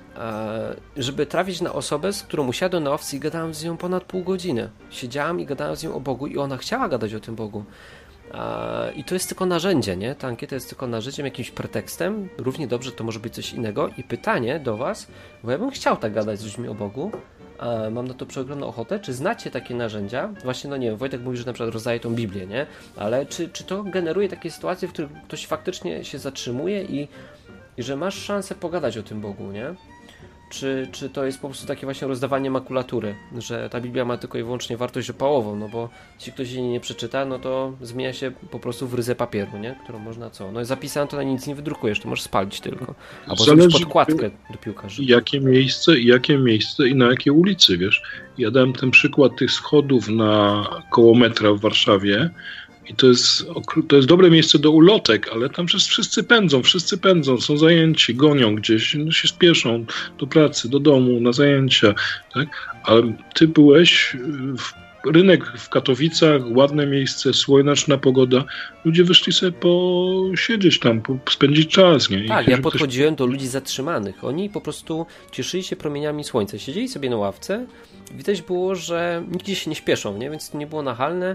żeby trafić na osobę, z którą usiadłem na ławce i gadałem z nią ponad pół godziny. Siedziałem i gadałem z nią o Bogu i ona chciała gadać o tym Bogu. I to jest tylko narzędzie, nie? Ta ankieta jest tylko narzędziem, jakimś pretekstem. Równie dobrze to może być coś innego. I pytanie do was, bo ja bym chciał tak gadać z ludźmi o Bogu, mam na to przeogromną ochotę. Czy znacie takie narzędzia? Właśnie, no nie wiem, Wojtek mówi, że na przykład rozdaje tą Biblię, nie? Ale czy to generuje takie sytuacje, w których ktoś faktycznie się zatrzymuje i że masz szansę pogadać o tym Bogu, nie? czy to jest po prostu takie właśnie rozdawanie makulatury, że ta Biblia ma tylko i wyłącznie wartość opałową, no bo jeśli ktoś jej nie przeczyta, no to zmienia się po prostu w ryzę papieru, nie? Którą można co? No zapisane to na nic nie wydrukujesz, to możesz spalić tylko. Albo zrobić podkładkę do piłkarzy. Jakie miejsce i na jakie ulicy, wiesz? Ja dałem ten przykład tych schodów koło metra w Warszawie. I to jest dobre miejsce do ulotek, ale tam wszyscy pędzą, są zajęci, gonią gdzieś, no się spieszą do pracy, do domu, na zajęcia, tak? Ale ty byłeś rynek w Katowicach, ładne miejsce, słoneczna pogoda, ludzie wyszli sobie posiedzieć tam, spędzić czas, nie? Tak, ja podchodziłem do ludzi zatrzymanych, oni po prostu cieszyli się promieniami słońca, siedzieli sobie na ławce, widać było, że nigdzie się nie śpieszą, nie? Więc to nie było nachalne.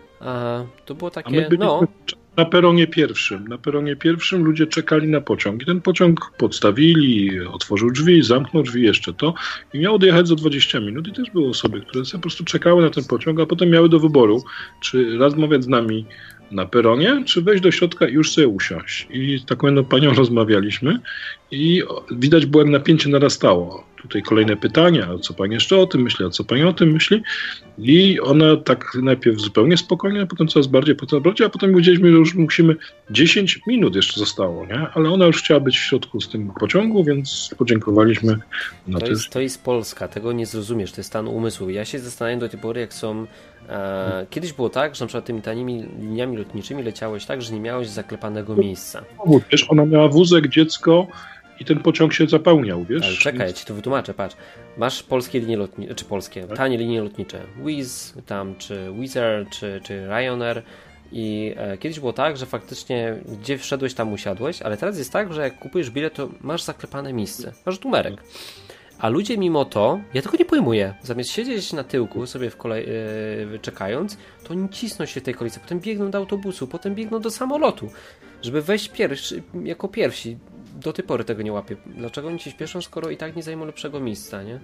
To było takie, Na peronie pierwszym ludzie czekali na pociąg i ten pociąg podstawili, otworzył drzwi, zamknął drzwi, jeszcze to i miał odjechać za 20 minut i też były osoby, które sobie po prostu czekały na ten pociąg, a potem miały do wyboru, czy rozmawiać z nami na peronie, czy wejść do środka i już sobie usiąść. I z taką panią rozmawialiśmy i widać było, jak napięcie narastało. Tutaj kolejne pytania, co pani jeszcze o tym myśli, a co pani o tym myśli? I ona tak najpierw zupełnie spokojnie, a potem coraz bardziej, a potem powiedzieliśmy, że już musimy 10 minut jeszcze zostało, nie? Ale ona już chciała być w środku z tym pociągu, więc podziękowaliśmy. To jest Polska, tego nie zrozumiesz, to jest stan umysłu. Ja się zastanawiam do tej pory, jak są... Kiedyś było tak, że na przykład tymi tanimi liniami lotniczymi leciałeś tak, że nie miałeś zaklepanego miejsca. Wiesz, ona miała wózek, dziecko i ten pociąg się zapełniał, wiesz? Ale czekaj, ja ci to wytłumaczę, patrz. Masz polskie linie lotnicze, czy polskie, tak? Tanie linie lotnicze. Wizz, tam, czy Wizz Air, czy Ryanair. I kiedyś było tak, że faktycznie gdzie wszedłeś, tam usiadłeś, ale teraz jest tak, że jak kupujesz bilet, to masz zaklepane miejsce. Masz numerek. A ludzie mimo to, ja tego nie pojmuję, zamiast siedzieć na tyłku sobie czekając, to oni cisną się w tej kolejce, potem biegną do autobusu, potem biegną do samolotu, żeby wejść jako pierwsi. Do tej pory tego nie łapię. Dlaczego oni się śpieszą, skoro i tak nie zajmą lepszego miejsca, nie?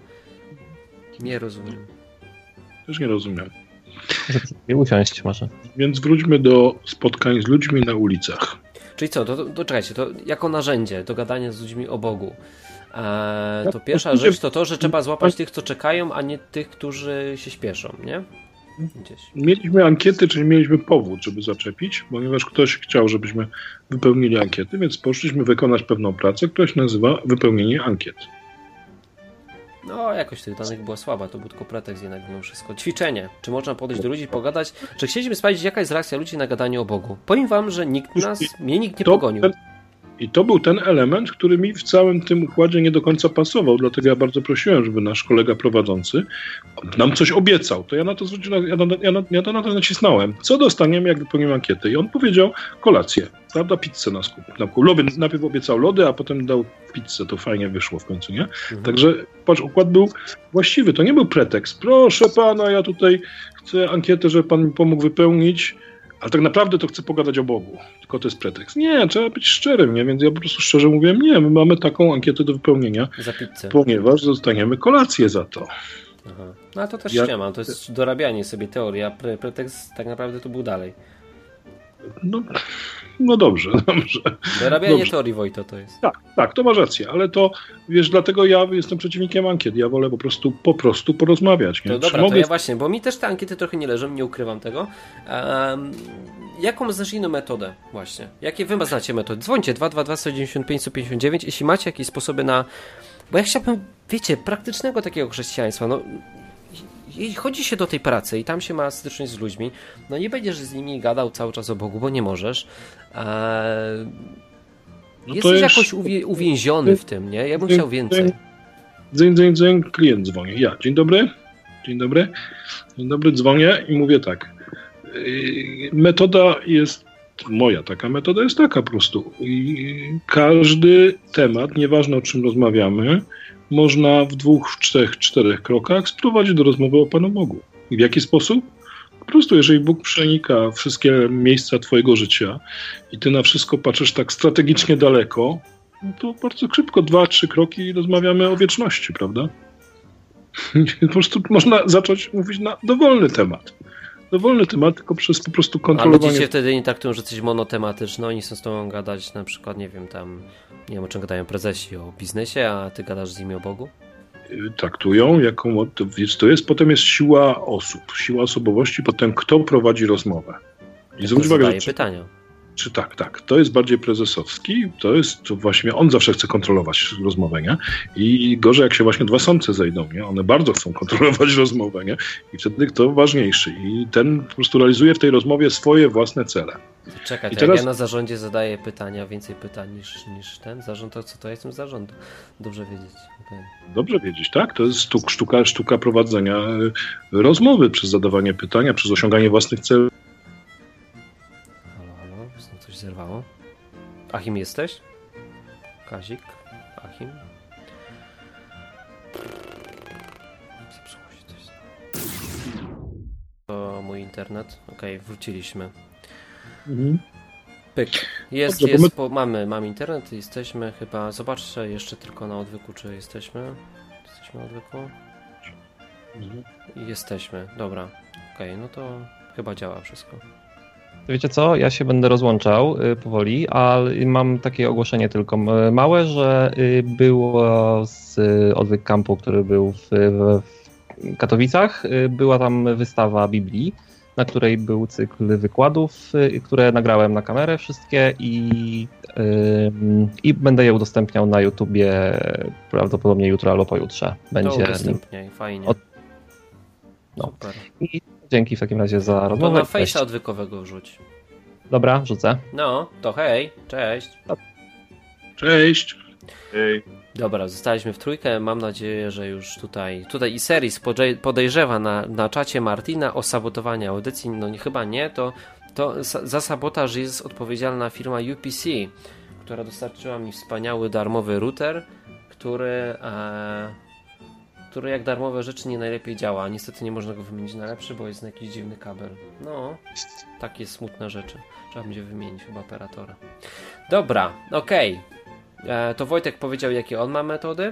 Nie rozumiem. Też nie rozumiem. Nie usiąść może. Więc wróćmy do spotkań z ludźmi na ulicach. Czyli co, to czekajcie, to jako narzędzie do gadania z ludźmi o Bogu. To pierwsza rzecz to, że trzeba złapać tych, co czekają, a nie tych, którzy się śpieszą, nie? Gdzieś. Mieliśmy ankiety, czyli mieliśmy powód, żeby zaczepić, ponieważ ktoś chciał, żebyśmy wypełnili ankiety, więc poszliśmy wykonać pewną pracę, która się nazywa wypełnienie ankiet. No, jakoś tych danych była słaba, to był tylko pretekst jednak mimo wszystko. Ćwiczenie. Czy można podejść do ludzi i pogadać? Czy chcieliśmy sprawdzić, jaka jest reakcja ludzi na gadanie o Bogu? Powiem wam, że mnie nikt nie pogonił. I to był ten element, który mi w całym tym układzie nie do końca pasował, dlatego ja bardzo prosiłem, żeby nasz kolega prowadzący nam coś obiecał. To ja na to zwróciłem, ja na to nacisnąłem. Co dostaniemy, jak wypełnimy ankietę? I on powiedział kolację, prawda, pizzę nas kupił. Najpierw obiecał lody, a potem dał pizzę. To fajnie wyszło w końcu, nie? Także patrz, układ był właściwy. To nie był pretekst. Proszę pana, ja tutaj chcę ankietę, żeby pan mi pomógł wypełnić. Ale tak naprawdę to chcę pogadać o Bogu. Tylko to jest pretekst. Nie, trzeba być szczerym, nie? Więc ja po prostu szczerze mówiłem, nie, my mamy taką ankietę do wypełnienia, za pizzę, ponieważ dostaniemy kolację za to. Aha. No ale to też nie ma, to jest dorabianie sobie teorii, a pretekst tak naprawdę to był dalej. No dobrze. Dorabianie teorii, Wojto, to jest. Tak, to masz rację, ale to, wiesz, dlatego ja jestem przeciwnikiem ankiet. Ja wolę po prostu porozmawiać. Nie? To dobra, to ja właśnie, bo mi też te ankiety trochę nie leżą, nie ukrywam tego. Jaką znasz inną metodę właśnie? Jakie wy znacie metody? Dzwońcie 222-195-159, jeśli macie jakieś sposoby na... Bo ja chciałbym, wiecie, praktycznego takiego chrześcijaństwa, chodzi się do tej pracy i tam się ma styczność z ludźmi, no nie będziesz z nimi gadał cały czas o Bogu, bo nie możesz. Jesteś jakoś uwięziony w tym, nie? Ja bym chciał więcej. Dzień, klient dzwoni. Ja, dzień dobry, dzwonię i mówię tak. Taka metoda jest taka po prostu. Każdy temat, nieważne o czym rozmawiamy, można w 2, 3, 4 krokach sprowadzić do rozmowy o Panu Bogu. I w jaki sposób? Po prostu, jeżeli Bóg przenika wszystkie miejsca twojego życia i ty na wszystko patrzysz tak strategicznie daleko, no to bardzo szybko 2, 3 kroki i rozmawiamy o wieczności, prawda? Po prostu można zacząć mówić na dowolny temat. dowolny temat, tylko przez po prostu A kontrolowanie. ludzie się wtedy nie traktują, że coś monotematyczne, oni chcą z tobą gadać na przykład, nie wiem, o czym gadają prezesi, o biznesie, a ty gadasz z nimi o Bogu? Traktują, potem jest siła osób, siła osobowości, potem kto prowadzi rozmowę. I zwróć uwagę, zadaje pytania. Czy tak, to jest bardziej prezesowski, to właśnie on zawsze chce kontrolować rozmowę, nie? I gorzej jak się właśnie dwa samce zejdą, nie? One bardzo chcą kontrolować rozmowę, nie? I wtedy kto ważniejszy. I ten po prostu realizuje w tej rozmowie swoje własne cele. Czekaj, teraz... jak ja na zarządzie zadaję pytania, więcej pytań niż ten zarząd, to co to jestem z zarządu? Dobrze wiedzieć. Okay. Dobrze wiedzieć, tak? To jest sztuka prowadzenia rozmowy przez zadawanie pytania, przez osiąganie własnych celów. Coś zerwało. Achim, jesteś? Kazik? Achim? Zepsuło się coś. To mój internet. Okej, wróciliśmy. Mhm. Pyk. Mamy internet, jesteśmy chyba. Zobaczcie jeszcze tylko na odwyku, czy jesteśmy. Jesteśmy na odwyku? Jesteśmy, dobra. Okej, no to chyba działa wszystko. Wiecie co, ja się będę rozłączał powoli, ale mam takie ogłoszenie tylko małe, że było z Odwyk Campu, który był w Katowicach, była tam wystawa Biblii, na której był cykl wykładów, które nagrałem na kamerę wszystkie i będę je udostępniał na YouTubie prawdopodobnie jutro albo pojutrze. Będzie udostępniaj, fajnie. Super. I dzięki w takim razie za rozmowę. To na Face'a odwykowego wrzuć. Dobra, rzucę. No, to hej, cześć. Cześć. Hej. Dobra, zostaliśmy w trójkę. Mam nadzieję, że już tutaj i Seris podejrzewa na czacie Martina o sabotowanie audycji. No chyba nie, to za sabotaż jest odpowiedzialna firma UPC, która dostarczyła mi wspaniały darmowy router, który jak darmowe rzeczy nie najlepiej działa. Niestety nie można go wymienić na lepszy, bo jest na jakiś dziwny kabel. No, takie smutne rzeczy. Trzeba będzie wymienić chyba operatora. Dobra, okej. To Wojtek powiedział, jakie on ma metody.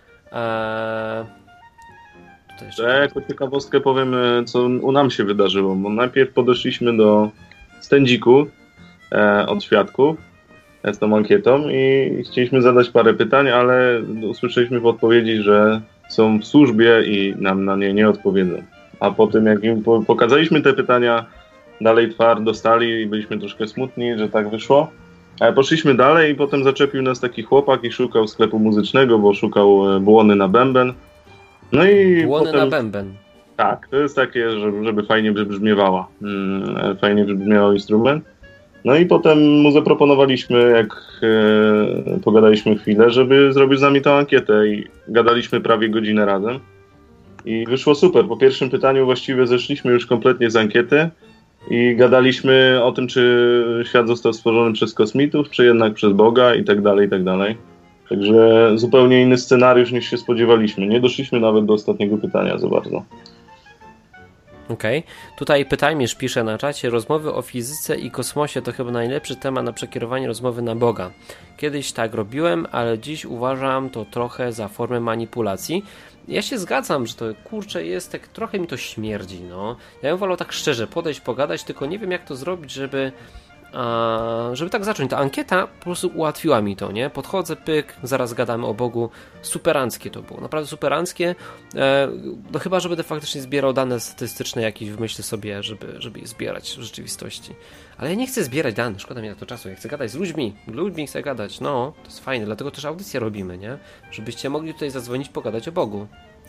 Jako ciekawostkę powiem, co u nam się wydarzyło. Bo najpierw podeszliśmy do stędziku od świadków z tą ankietą i chcieliśmy zadać parę pytań, ale usłyszeliśmy w odpowiedzi, że są w służbie i nam na nie odpowiedzą. A po tym, jak im pokazaliśmy te pytania, dalej twardo dostali i byliśmy troszkę smutni, że tak wyszło. Ale poszliśmy dalej i potem zaczepił nas taki chłopak i szukał sklepu muzycznego, bo szukał błony na bęben. No i błony potem... na bęben. Tak, to jest takie, żeby fajnie wybrzmiewała. Fajnie wybrzmiał instrument. No i potem mu zaproponowaliśmy, jak pogadaliśmy chwilę, żeby zrobił z nami tę ankietę i gadaliśmy prawie godzinę razem. I wyszło super. Po pierwszym pytaniu właściwie zeszliśmy już kompletnie z ankiety i gadaliśmy o tym, czy świat został stworzony przez kosmitów, czy jednak przez Boga i tak dalej, i tak dalej. Także zupełnie inny scenariusz niż się spodziewaliśmy. Nie doszliśmy nawet do ostatniego pytania za bardzo. Okej. Tutaj Pytajmierz pisze na czacie: rozmowy o fizyce i kosmosie to chyba najlepszy temat na przekierowanie rozmowy na Boga. Kiedyś tak robiłem, ale dziś uważam to trochę za formę manipulacji. Ja się zgadzam, że to kurczę jest tak, trochę mi to śmierdzi, no. Ja bym wolał tak szczerze podejść, pogadać, tylko nie wiem jak to zrobić, żeby tak zacząć. Ta ankieta po prostu ułatwiła mi to, nie? Podchodzę, pyk, zaraz gadamy o Bogu. Superanckie to było, naprawdę superanckie. No chyba, że będę faktycznie zbierał dane statystyczne jakieś, wymyślę sobie, żeby je zbierać w rzeczywistości. Ale ja nie chcę zbierać danych, szkoda mi na to czasu. Ja chcę gadać z ludźmi chcę gadać, no, to jest fajne, dlatego też audycję robimy, nie? Żebyście mogli tutaj zadzwonić, pogadać o Bogu.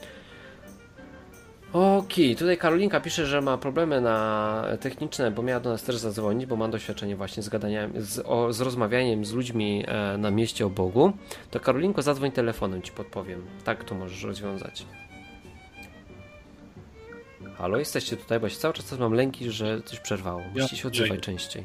Okej, tutaj Karolinka pisze, że ma problemy techniczne, bo miała do nas też zadzwonić, bo ma doświadczenie właśnie z gadaniem, z rozmawianiem z ludźmi na mieście o Bogu. To Karolinko, zadzwoń telefonem, ci podpowiem. Tak to możesz rozwiązać. Halo, jesteście tutaj, bo ja cały czas mam lęki, że coś przerwało. Musicie się odzywać częściej.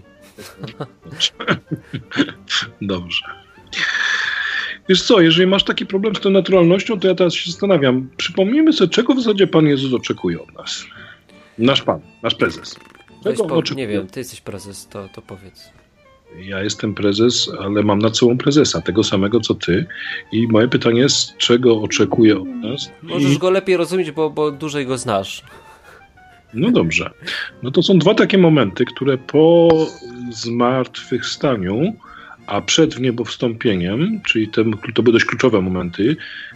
Dobrze. Wiesz co, jeżeli masz taki problem z tą naturalnością, to ja teraz się zastanawiam. Przypomnijmy sobie, czego w zasadzie Pan Jezus oczekuje od nas. Nasz Pan, nasz prezes. Nie wiem, ty jesteś prezes, to powiedz. Ja jestem prezes, ale mam nad sobą prezesa, tego samego co ty. I moje pytanie jest, czego oczekuje od nas? Możesz go lepiej rozumieć, bo dłużej go znasz. No dobrze. No to są dwa takie momenty, które po zmartwychwstaniu, a przed wniebowstąpieniem, czyli to były dość kluczowe momenty,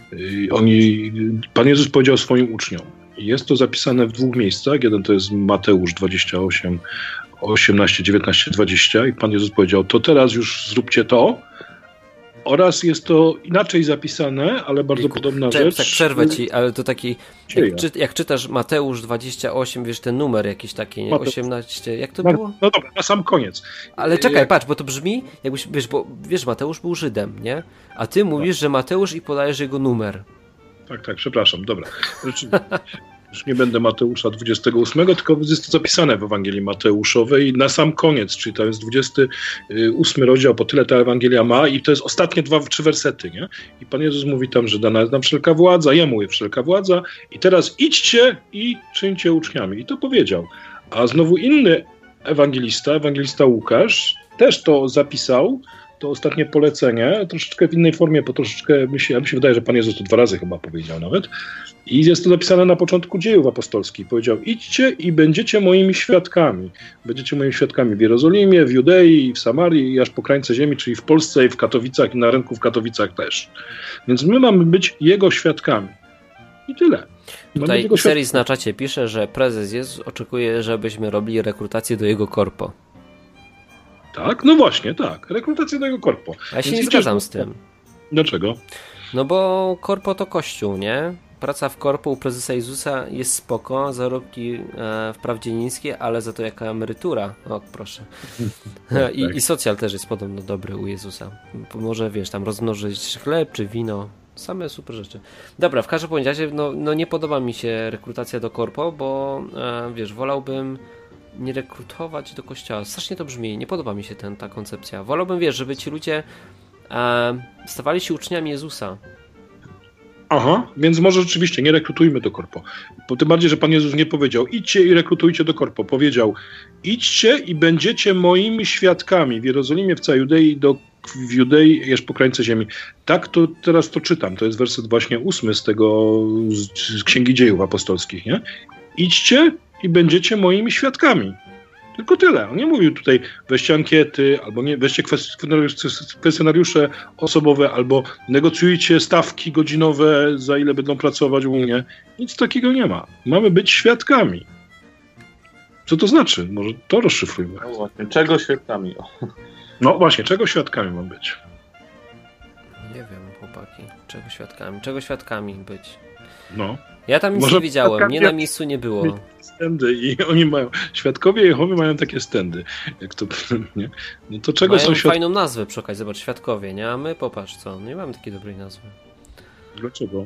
Pan Jezus powiedział swoim uczniom. Jest to zapisane w dwóch miejscach. Jeden to jest Mateusz 28, 18, 19, 20 i Pan Jezus powiedział, to teraz już zróbcie to. Oraz jest to inaczej zapisane, ale bardzo podobna rzecz. Tak, przerwę ci, ale to taki, jak czytasz Mateusz 28, wiesz, ten numer jakiś taki, nie? 18, jak to było? No dobra, na sam koniec. Ale czekaj, patrz, bo to brzmi, jakbyś, wiesz, Mateusz był Żydem, nie? A ty mówisz, że Mateusz i podajesz jego numer. Tak, przepraszam, dobra. Już nie będę Mateusza 28, tylko jest to zapisane w Ewangelii Mateuszowej na sam koniec, czyli to jest 28 rozdział, po tyle ta Ewangelia ma i to jest ostatnie 2-3 wersety, nie? I Pan Jezus mówi tam, że dana jest nam wszelka władza, jemu jest wszelka władza i teraz idźcie i czyńcie uczniami. I to powiedział. A znowu inny ewangelista Łukasz, też to zapisał, to ostatnie polecenie, troszeczkę w innej formie, bo troszeczkę mi się wydaje, że Pan Jezus to 2 razy chyba powiedział nawet. I jest to zapisane na początku Dziejów Apostolskich. Powiedział, idźcie i będziecie moimi świadkami. Będziecie moimi świadkami w Jerozolimie, w Judei, w Samarii i aż po krańce ziemi, czyli w Polsce i w Katowicach i na rynku w Katowicach też. Więc my mamy być Jego świadkami. I tyle. Tutaj Seris na czacie pisze, że prezes Jezus oczekuje, żebyśmy robili rekrutację do jego korpo. Tak? No właśnie, tak. Rekrutację do jego korpo. Ja się nie zgadzam z tym. Dlaczego? No bo korpo to kościół, nie? Praca w korpo u prezesa Jezusa jest spoko, zarobki wprawdzie niskie, ale za to jaka emerytura. O, proszę. I socjal też jest podobno dobry u Jezusa. Może, wiesz, tam rozmnożyć chleb czy wino. Same super rzeczy. Dobra, w każdym razie no nie podoba mi się rekrutacja do korpo, bo wiesz, wolałbym nie rekrutować do kościoła. Strasznie to brzmi, nie podoba mi się ta koncepcja. Wolałbym, wiesz, żeby ci ludzie stawali się uczniami Jezusa. Aha, więc może rzeczywiście nie rekrutujmy do korpo. Bo tym bardziej, że Pan Jezus nie powiedział idźcie i rekrutujcie do korpo. Powiedział idźcie i będziecie moimi świadkami w Jerozolimie, w całej Judei, w Judei aż po krańce ziemi. Tak to teraz to czytam. To jest werset właśnie 8 z Księgi Dziejów Apostolskich, nie? Idźcie i będziecie moimi świadkami. Tylko tyle. On nie mówił tutaj weźcie ankiety, albo nie, weźcie kwestionariusze osobowe, albo negocjujcie stawki godzinowe, za ile będą pracować u mnie. Nic takiego nie ma. Mamy być świadkami. Co to znaczy? Może to rozszyfrujmy. No właśnie, czego świadkami? No właśnie, czego świadkami mam być? Nie wiem, chłopaki. Czego świadkami być? No. Ja tam nic nie widziałem, mnie na miejscu nie było. Stędy i oni mają, świadkowie Jehowy mają takie stędy. Jak to, nie? No to czego mają są świadkowie? Fajną nazwę przy okazji, zobacz, świadkowie, nie? A my popatrz co, nie mamy takiej dobrej nazwy. Dlaczego?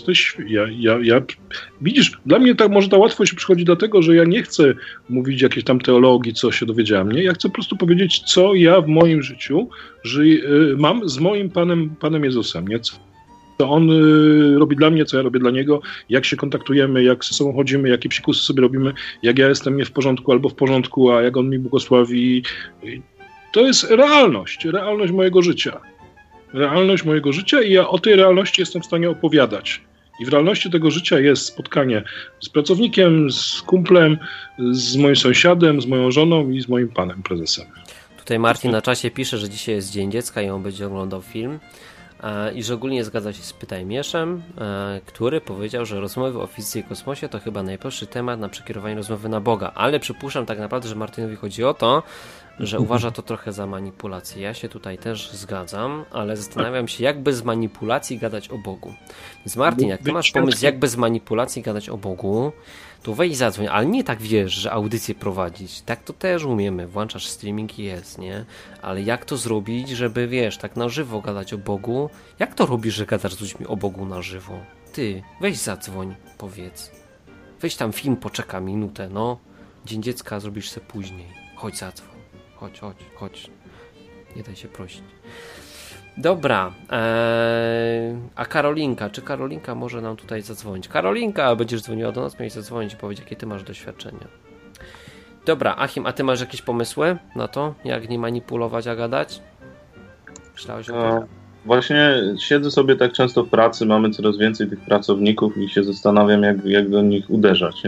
Widzisz, dla mnie tak może ta łatwość przychodzi dlatego, że ja nie chcę mówić jakiejś tam teologii, co się dowiedziałem, nie? Ja chcę po prostu powiedzieć, co ja w moim życiu mam z moim Panem Jezusem, nie? Co On robi dla mnie, co ja robię dla Niego, jak się kontaktujemy, jak ze sobą chodzimy, jakie psikusy sobie robimy, jak ja jestem nie w porządku albo w porządku, a jak On mi błogosławi. To jest realność mojego życia. Realność mojego życia i ja o tej realności jestem w stanie opowiadać. I w realności tego życia jest spotkanie z pracownikiem, z kumplem, z moim sąsiadem, z moją żoną i z moim panem prezesem. Tutaj Martin na czasie pisze, że dzisiaj jest Dzień Dziecka i on będzie oglądał film. I że ogólnie zgadza się z Pytajmieszem, który powiedział, że rozmowy o fizyce i kosmosie to chyba najprostszy temat na przekierowanie rozmowy na Boga, ale przypuszczam tak naprawdę, że Martinowi chodzi o to, że uważa to trochę za manipulację. Ja się tutaj też zgadzam, ale zastanawiam się, jak bez manipulacji gadać o Bogu. Więc Martin, jak ty masz pomysł, jak bez manipulacji gadać o Bogu, to weź zadzwoń, ale nie tak wiesz, że audycję prowadzić. Tak to też umiemy, włączasz streaming i jest, nie? Ale jak to zrobić, żeby, wiesz, tak na żywo gadać o Bogu? Jak to robisz, że gadasz z ludźmi o Bogu na żywo? Ty, weź zadzwoń, powiedz. Weź tam film, poczeka minutę, no. Dzień Dziecka zrobisz se później. Chodź zadzwoń. Chodź. Nie daj się prosić. Dobra, a Karolinka, czy Karolinka może nam tutaj zadzwonić? Karolinka, będziesz dzwoniła do nas, miałeś zadzwonić i powiedzieć, jakie ty masz doświadczenia. Dobra, Achim, a ty masz jakieś pomysły na to, jak nie manipulować, a gadać? Myślałeś o tym? Właśnie siedzę sobie tak często w pracy, mamy coraz więcej tych pracowników i się zastanawiam, jak do nich uderzać, nie?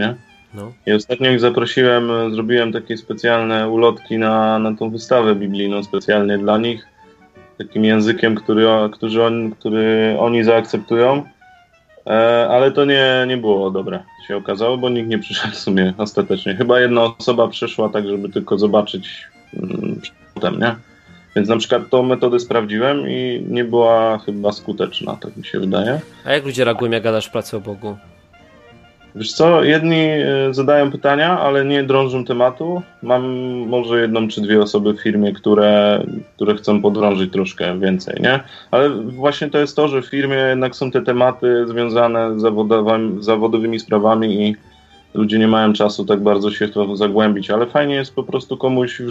No. I ostatnio ich zaprosiłem, zrobiłem takie specjalne ulotki na tą wystawę biblijną specjalnie dla nich. Takim językiem, który oni zaakceptują. Ale to nie było dobre, się okazało, bo nikt nie przyszedł w sumie ostatecznie. Chyba jedna osoba przyszła tak, żeby tylko zobaczyć potem, nie? Więc na przykład tą metodę sprawdziłem i nie była chyba skuteczna, tak mi się wydaje. A jak ludzie reagują, jak gadasz w pracy o Bogu? Wiesz co, jedni zadają pytania, ale nie drążą tematu. Mam może 1 czy 2 osoby w firmie, które chcą podrążyć troszkę więcej, nie? Ale właśnie to jest to, że w firmie jednak są te tematy związane z zawodowymi sprawami i ludzie nie mają czasu tak bardzo się w to zagłębić, ale fajnie jest po prostu komuś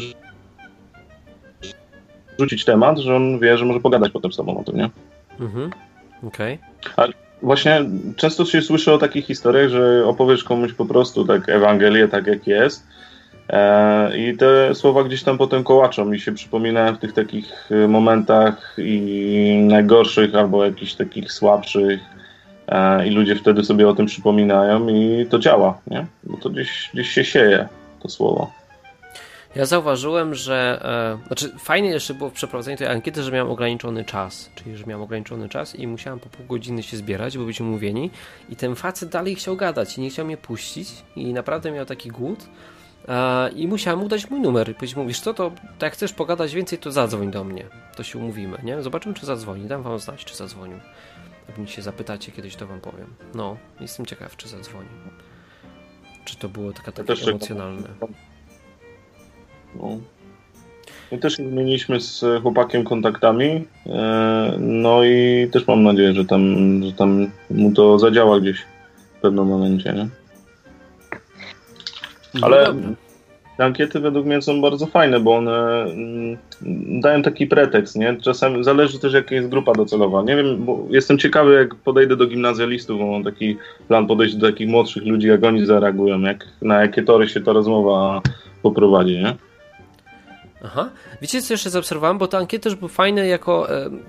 rzucić temat, że on wie, że może pogadać potem z tobą o tym, nie? Mhm, okej. Właśnie często się słyszy o takich historiach, że opowiesz komuś po prostu tak Ewangelię, tak jak jest, i te słowa gdzieś tam potem kołaczą i się przypominają w tych takich momentach i najgorszych albo jakichś takich słabszych, i ludzie wtedy sobie o tym przypominają i to działa, nie? Bo to gdzieś się sieje to słowo. Ja zauważyłem, że fajnie jeszcze było w przeprowadzeniu tej ankiety, że miałem ograniczony czas, czyli że miałem ograniczony czas i musiałem po pół godziny się zbierać, bo być umówieni i ten facet dalej chciał gadać i nie chciał mnie puścić i naprawdę miał taki głód i musiałem mu dać mój numer i powiedzieć mu, wiesz co, to jak chcesz pogadać więcej, to zadzwoń do mnie, to się umówimy, nie? Zobaczymy, czy zadzwoni, dam wam znać, czy zadzwonił. Jak mnie się zapytacie, kiedyś to wam powiem. No, jestem ciekaw, czy zadzwonił. Czy to było takie emocjonalne. No. My też zmieniliśmy z chłopakiem kontaktami, no i też mam nadzieję, że tam mu to zadziała gdzieś w pewnym momencie, nie? Ale te ankiety według mnie są bardzo fajne, bo one dają taki pretekst, nie? Czasami zależy też, jaka jest grupa docelowa. Nie wiem, bo jestem ciekawy, jak podejdę do gimnazjalistów, bo mam taki plan podejść do takich młodszych ludzi, jak oni zareagują, na jakie tory się ta rozmowa poprowadzi, nie? Aha. Wiecie, co jeszcze zaobserwowałem? Bo te ankiety też były fajne jako...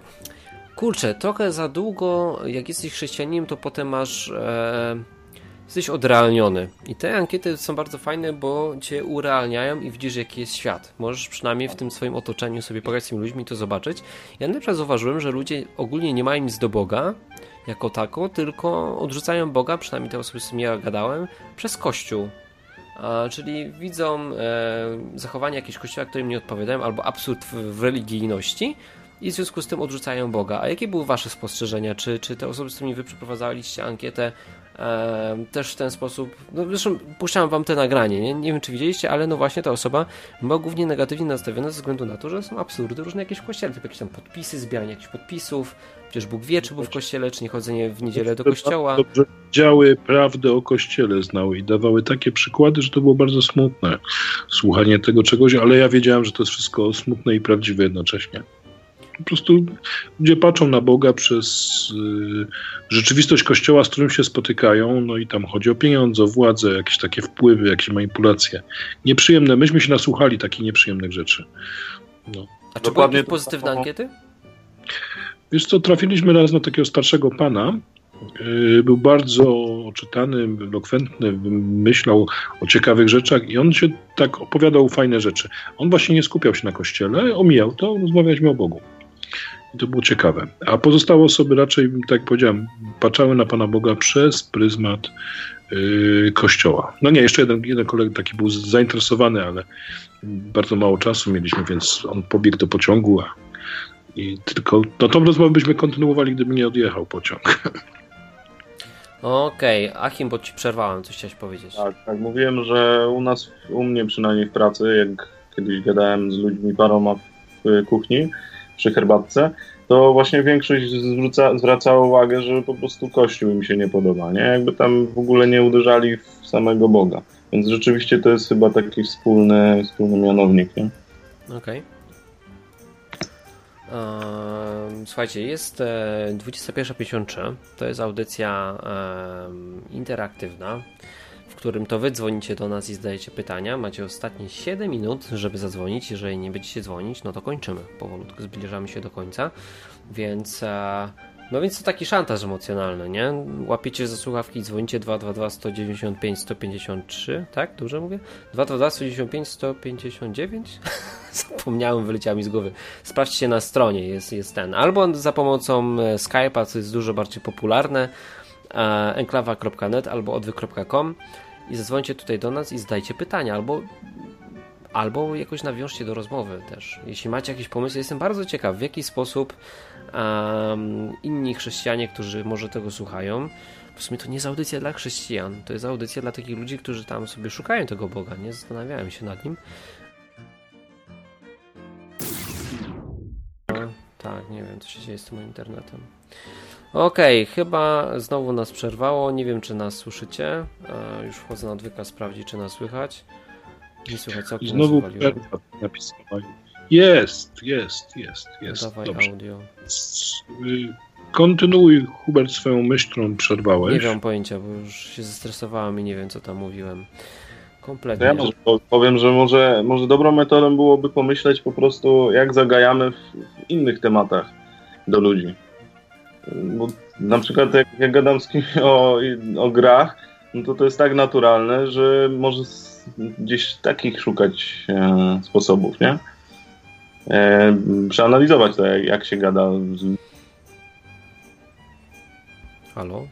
kurczę, trochę za długo, jak jesteś chrześcijaninem, to potem masz... jesteś odrealniony. I te ankiety są bardzo fajne, bo cię urealniają i widzisz, jaki jest świat. Możesz przynajmniej w tym swoim otoczeniu sobie pogadać z tymi ludźmi i to zobaczyć. Ja na przykład zauważyłem, że ludzie ogólnie nie mają nic do Boga jako tako, tylko odrzucają Boga, przynajmniej te osoby, z którymi ja gadałem, przez Kościół. Czyli widzą zachowanie jakiegoś kościoła, które im nie odpowiadają, albo absurd w religijności i w związku z tym odrzucają Boga. A jakie były wasze spostrzeżenia? Czy te osoby, z którymi wy przeprowadzaliście ankietę, też w ten sposób... No zresztą puszczałem wam te nagranie, nie wiem, czy widzieliście, ale no właśnie ta osoba była głównie negatywnie nastawiona ze względu na to, że są absurdy różne jakieś w kościele, typu jakieś tam podpisy, zbieranie jakichś podpisów, przecież Bóg wie, czy był w kościele, czy nie chodzenie w niedzielę do kościoła. Dobrze wiedziały prawdę o kościele, znały i dawały takie przykłady, że to było bardzo smutne słuchanie tego czegoś, ale ja wiedziałem, że to jest wszystko smutne i prawdziwe jednocześnie. Po prostu ludzie patrzą na Boga przez rzeczywistość Kościoła, z którym się spotykają, no i tam chodzi o pieniądze, o władzę, jakieś takie wpływy, jakieś manipulacje. Nieprzyjemne, myśmy się nasłuchali takich nieprzyjemnych rzeczy. No. A czy były jakieś pozytywne ankiety? Wiesz co, trafiliśmy raz na takiego starszego pana, był bardzo oczytany, elokwentny, myślał o ciekawych rzeczach i on się tak opowiadał fajne rzeczy. On właśnie nie skupiał się na Kościele, omijał to, rozmawialiśmy o Bogu. I to było ciekawe. A pozostałe osoby raczej, tak jak powiedziałem, patrzały na Pana Boga przez pryzmat Kościoła. No nie, jeszcze jeden kolega taki był zainteresowany, ale bardzo mało czasu mieliśmy, więc on pobiegł do pociągu, i tylko tą rozmowę byśmy kontynuowali, gdyby nie odjechał pociąg. Okej, Achim, bo ci przerwałem, coś chciałeś powiedzieć. Tak, mówiłem, że u mnie przynajmniej w pracy, jak kiedyś gadałem z ludźmi paroma w kuchni przy herbatce, to właśnie większość zwracała uwagę, że po prostu Kościół im się nie podoba, nie? Jakby tam w ogóle nie uderzali w samego Boga. Więc rzeczywiście to jest chyba taki wspólny mianownik, nie? Okej. Słuchajcie, jest 21:53, to jest audycja interaktywna, w którym to wy dzwonicie do nas i zadajecie pytania. Macie ostatnie 7 minut, żeby zadzwonić. Jeżeli nie będziecie dzwonić, no to kończymy. Powolutku zbliżamy się do końca, więc No więc to taki szantaż emocjonalny, nie? Łapiecie za słuchawki i dzwonicie 222 195 153, tak? Dobrze mówię? 222 195 159? Zapomniałem, wyleciała mi z głowy. Sprawdźcie na stronie, jest ten. Albo za pomocą Skype'a, co jest dużo bardziej popularne, enklawa.net albo odwyk.com i zadzwońcie tutaj do nas i zadajcie pytania, albo jakoś nawiążcie do rozmowy też. Jeśli macie jakieś pomysły, jestem bardzo ciekaw, w jaki sposób inni chrześcijanie, którzy może tego słuchają, w sumie to nie jest audycja dla chrześcijan, to jest audycja dla takich ludzi, którzy tam sobie szukają tego Boga, nie zastanawiają się nad nim. Tak, nie wiem, co się dzieje z tym moim internetem. Okej, chyba znowu nas przerwało, nie wiem, czy nas słyszycie. Już wchodzę na odwyka sprawdzić, czy nas słychać. Nie słychać, całkiem znowu napisałem. Jest. Dawaj dobrze. audio. Kontynuuj, Hubert, swoją myśl, którą przerwałeś. Nie mam pojęcia, bo już się zestresowałem i nie wiem, co tam mówiłem. Kompletnie. Ja może powiem, że może dobrą metodą byłoby pomyśleć po prostu, jak zagajamy w innych tematach do ludzi. Bo na przykład jak gadam z kimś o grach, no to jest tak naturalne, że może gdzieś takich szukać sposobów, nie? Przeanalizować to, jak się gada. Halo?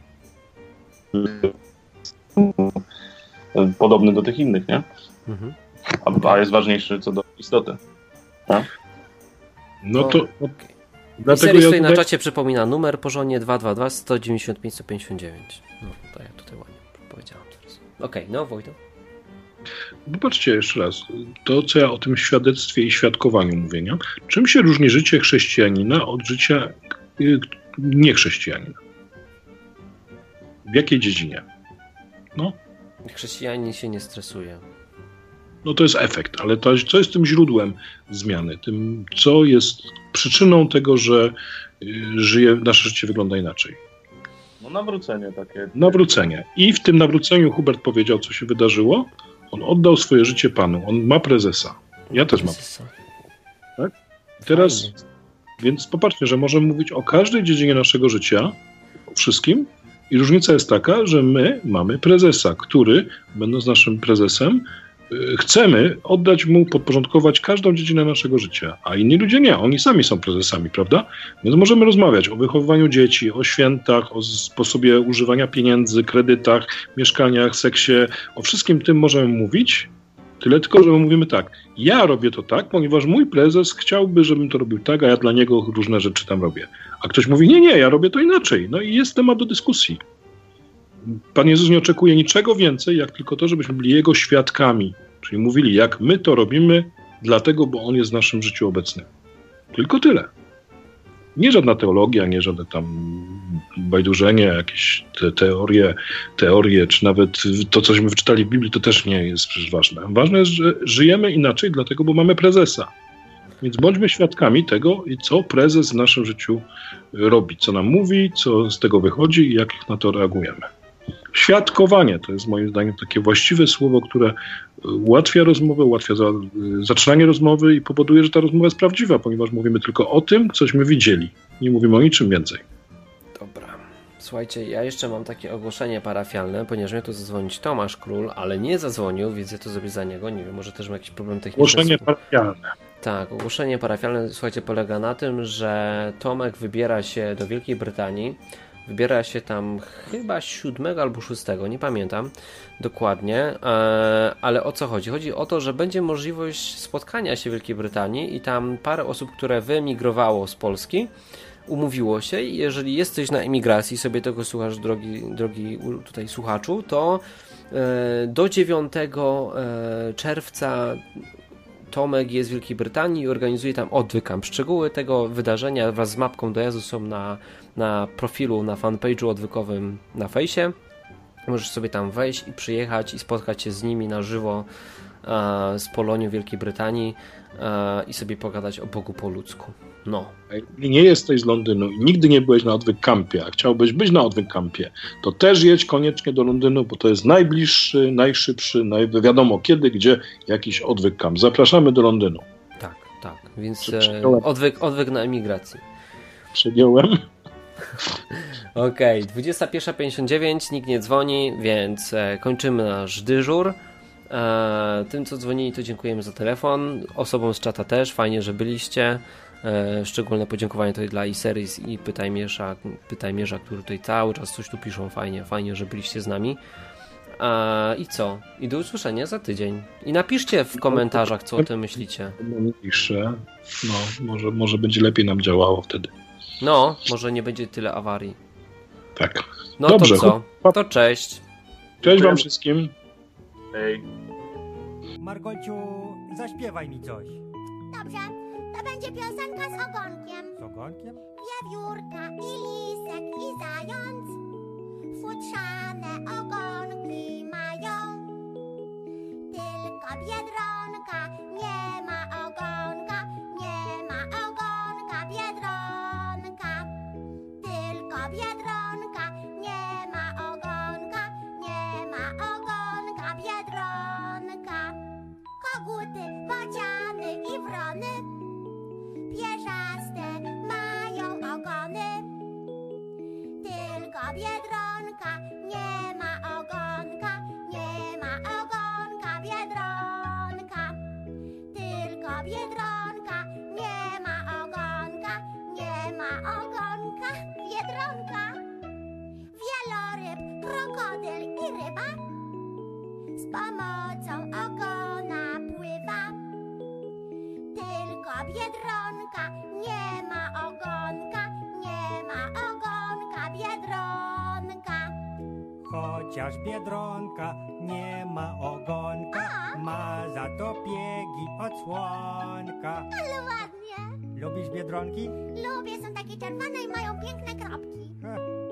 Podobny do tych innych, nie? Mhm. A jest ważniejszy co do istoty. Tak? No to... Okay. Dlatego Serii tutaj na czacie przypomina numer porządnie 222 195 159. No to ja tutaj ładnie powiedziałem teraz. Okej, no Wojtek. Popatrzcie jeszcze raz, to co ja o tym świadectwie i świadkowaniu mówię, nie? Czym się różni życie chrześcijanina od życia niechrześcijanina? W jakiej dziedzinie? No. Chrześcijanin się nie stresuje. No to jest efekt, ale co jest tym źródłem zmiany? Tym, co jest przyczyną tego, że nasze życie wygląda inaczej? No nawrócenie takie. Nawrócenie. I w tym nawróceniu Hubert powiedział, co się wydarzyło. On oddał swoje życie Panu. On ma prezesa. Ja też mam. Tak? I teraz, więc popatrzcie, że możemy mówić o każdej dziedzinie naszego życia, o wszystkim. I różnica jest taka, że my mamy prezesa, który, będąc naszym prezesem, chcemy oddać mu, podporządkować każdą dziedzinę naszego życia, a inni ludzie nie, oni sami są prezesami, prawda? Więc możemy rozmawiać o wychowywaniu dzieci, o świętach, o sposobie używania pieniędzy, kredytach, mieszkaniach, seksie, o wszystkim tym możemy mówić, tyle tylko, że my mówimy tak, ja robię to tak, ponieważ mój prezes chciałby, żebym to robił tak, a ja dla niego różne rzeczy tam robię. A ktoś mówi, nie, ja robię to inaczej. No i jest temat do dyskusji. Pan Jezus nie oczekuje niczego więcej, jak tylko to, żebyśmy byli Jego świadkami. Czyli mówili, jak my to robimy, dlatego, bo On jest w naszym życiu obecny. Tylko tyle. Nie żadna teologia, nie żadne tam bajdurzenie, jakieś teorie, czy nawet to, cośmy wyczytali w Biblii, to też nie jest przecież ważne. Ważne jest, że żyjemy inaczej, dlatego, bo mamy prezesa. Więc bądźmy świadkami tego, co prezes w naszym życiu robi, co nam mówi, co z tego wychodzi i jak na to reagujemy. Świadkowanie to jest moim zdaniem takie właściwe słowo, które ułatwia rozmowę, ułatwia zaczynanie rozmowy i powoduje, że ta rozmowa jest prawdziwa, ponieważ mówimy tylko o tym, cośmy widzieli. Nie mówimy o niczym więcej. Dobra. Słuchajcie, ja jeszcze mam takie ogłoszenie parafialne, ponieważ miał tu zadzwonić Tomasz Król, ale nie zadzwonił, więc ja to zrobię za niego. Nie wiem, może też ma jakiś problem techniczny. Ogłoszenie parafialne. Tak, ogłoszenie parafialne, słuchajcie, polega na tym, że Tomek wybiera się do Wielkiej Brytanii. Wybiera się tam chyba 7 albo 6, nie pamiętam dokładnie, ale o co chodzi? Chodzi o to, że będzie możliwość spotkania się w Wielkiej Brytanii i tam parę osób, które wyemigrowało z Polski, umówiło się i jeżeli jesteś na emigracji, sobie tego słuchasz, drogi tutaj słuchaczu, to do 9 czerwca Tomek jest w Wielkiej Brytanii i organizuje tam odwykamp. Szczegóły tego wydarzenia wraz z mapką dojazdu są na profilu, na fanpage'u odwykowym na fejsie. Możesz sobie tam wejść i przyjechać i spotkać się z nimi na żywo z Polonią Wielkiej Brytanii i sobie pogadać o Bogu po ludzku. No. Jeśli nie jesteś z Londynu i nigdy nie byłeś na odwykampie, a chciałbyś być na odwykampie, to też jedź koniecznie do Londynu, bo to jest najbliższy, najszybszy, wiadomo kiedy, gdzie jakiś odwykamp. Zapraszamy do Londynu. Tak. Więc odwyk na emigracji. Przegiąłem? Okej, 21:59, nikt nie dzwoni, więc kończymy nasz dyżur. Tym, co dzwonili, to dziękujemy za telefon. Osobom z czata też, fajnie, że byliście. Szczególne podziękowanie tutaj dla Iseris i Pytajmierza, który tutaj cały czas coś tu piszą. Fajnie, że byliście z nami. I co? I do usłyszenia za tydzień. I napiszcie w komentarzach, co o tym myślicie. Piszę. No, może będzie lepiej nam działało wtedy. No, może nie będzie tyle awarii. Tak. No Dobrze. to co? To cześć. Cześć wam wszystkim. Hej. Margolciu, zaśpiewaj mi coś. Dobrze, to będzie piosenka z ogonkiem. Z ogonkiem? Wiewiórka i lisek i zając futrzane ogonki mają. Tylko Biedronka nie ma ogonka, nie ma ogonka Biedronka. Tylko Biedronka nie ma ogonka, nie ma ogonka Biedronka. Koguty, bociany i wrony pierzaste mają ogony. Tylko Biedronka nie ma ogonka, nie ma ogonka Biedronka. Tylko Biedronka nie ma ogonka, nie ma ogonka Biedronka. Wieloryb, krokodyl i ryba z pomocą ogona pływa. Tylko Biedronka nie ma ogonka, nie ma ogonka Biedronka. Chociaż Biedronka nie ma ogonka, ma za to piegi od słonka. Ale ładnie. Lubisz Biedronki? Lubię, są takie czerwone i mają piękne kropki. Ha,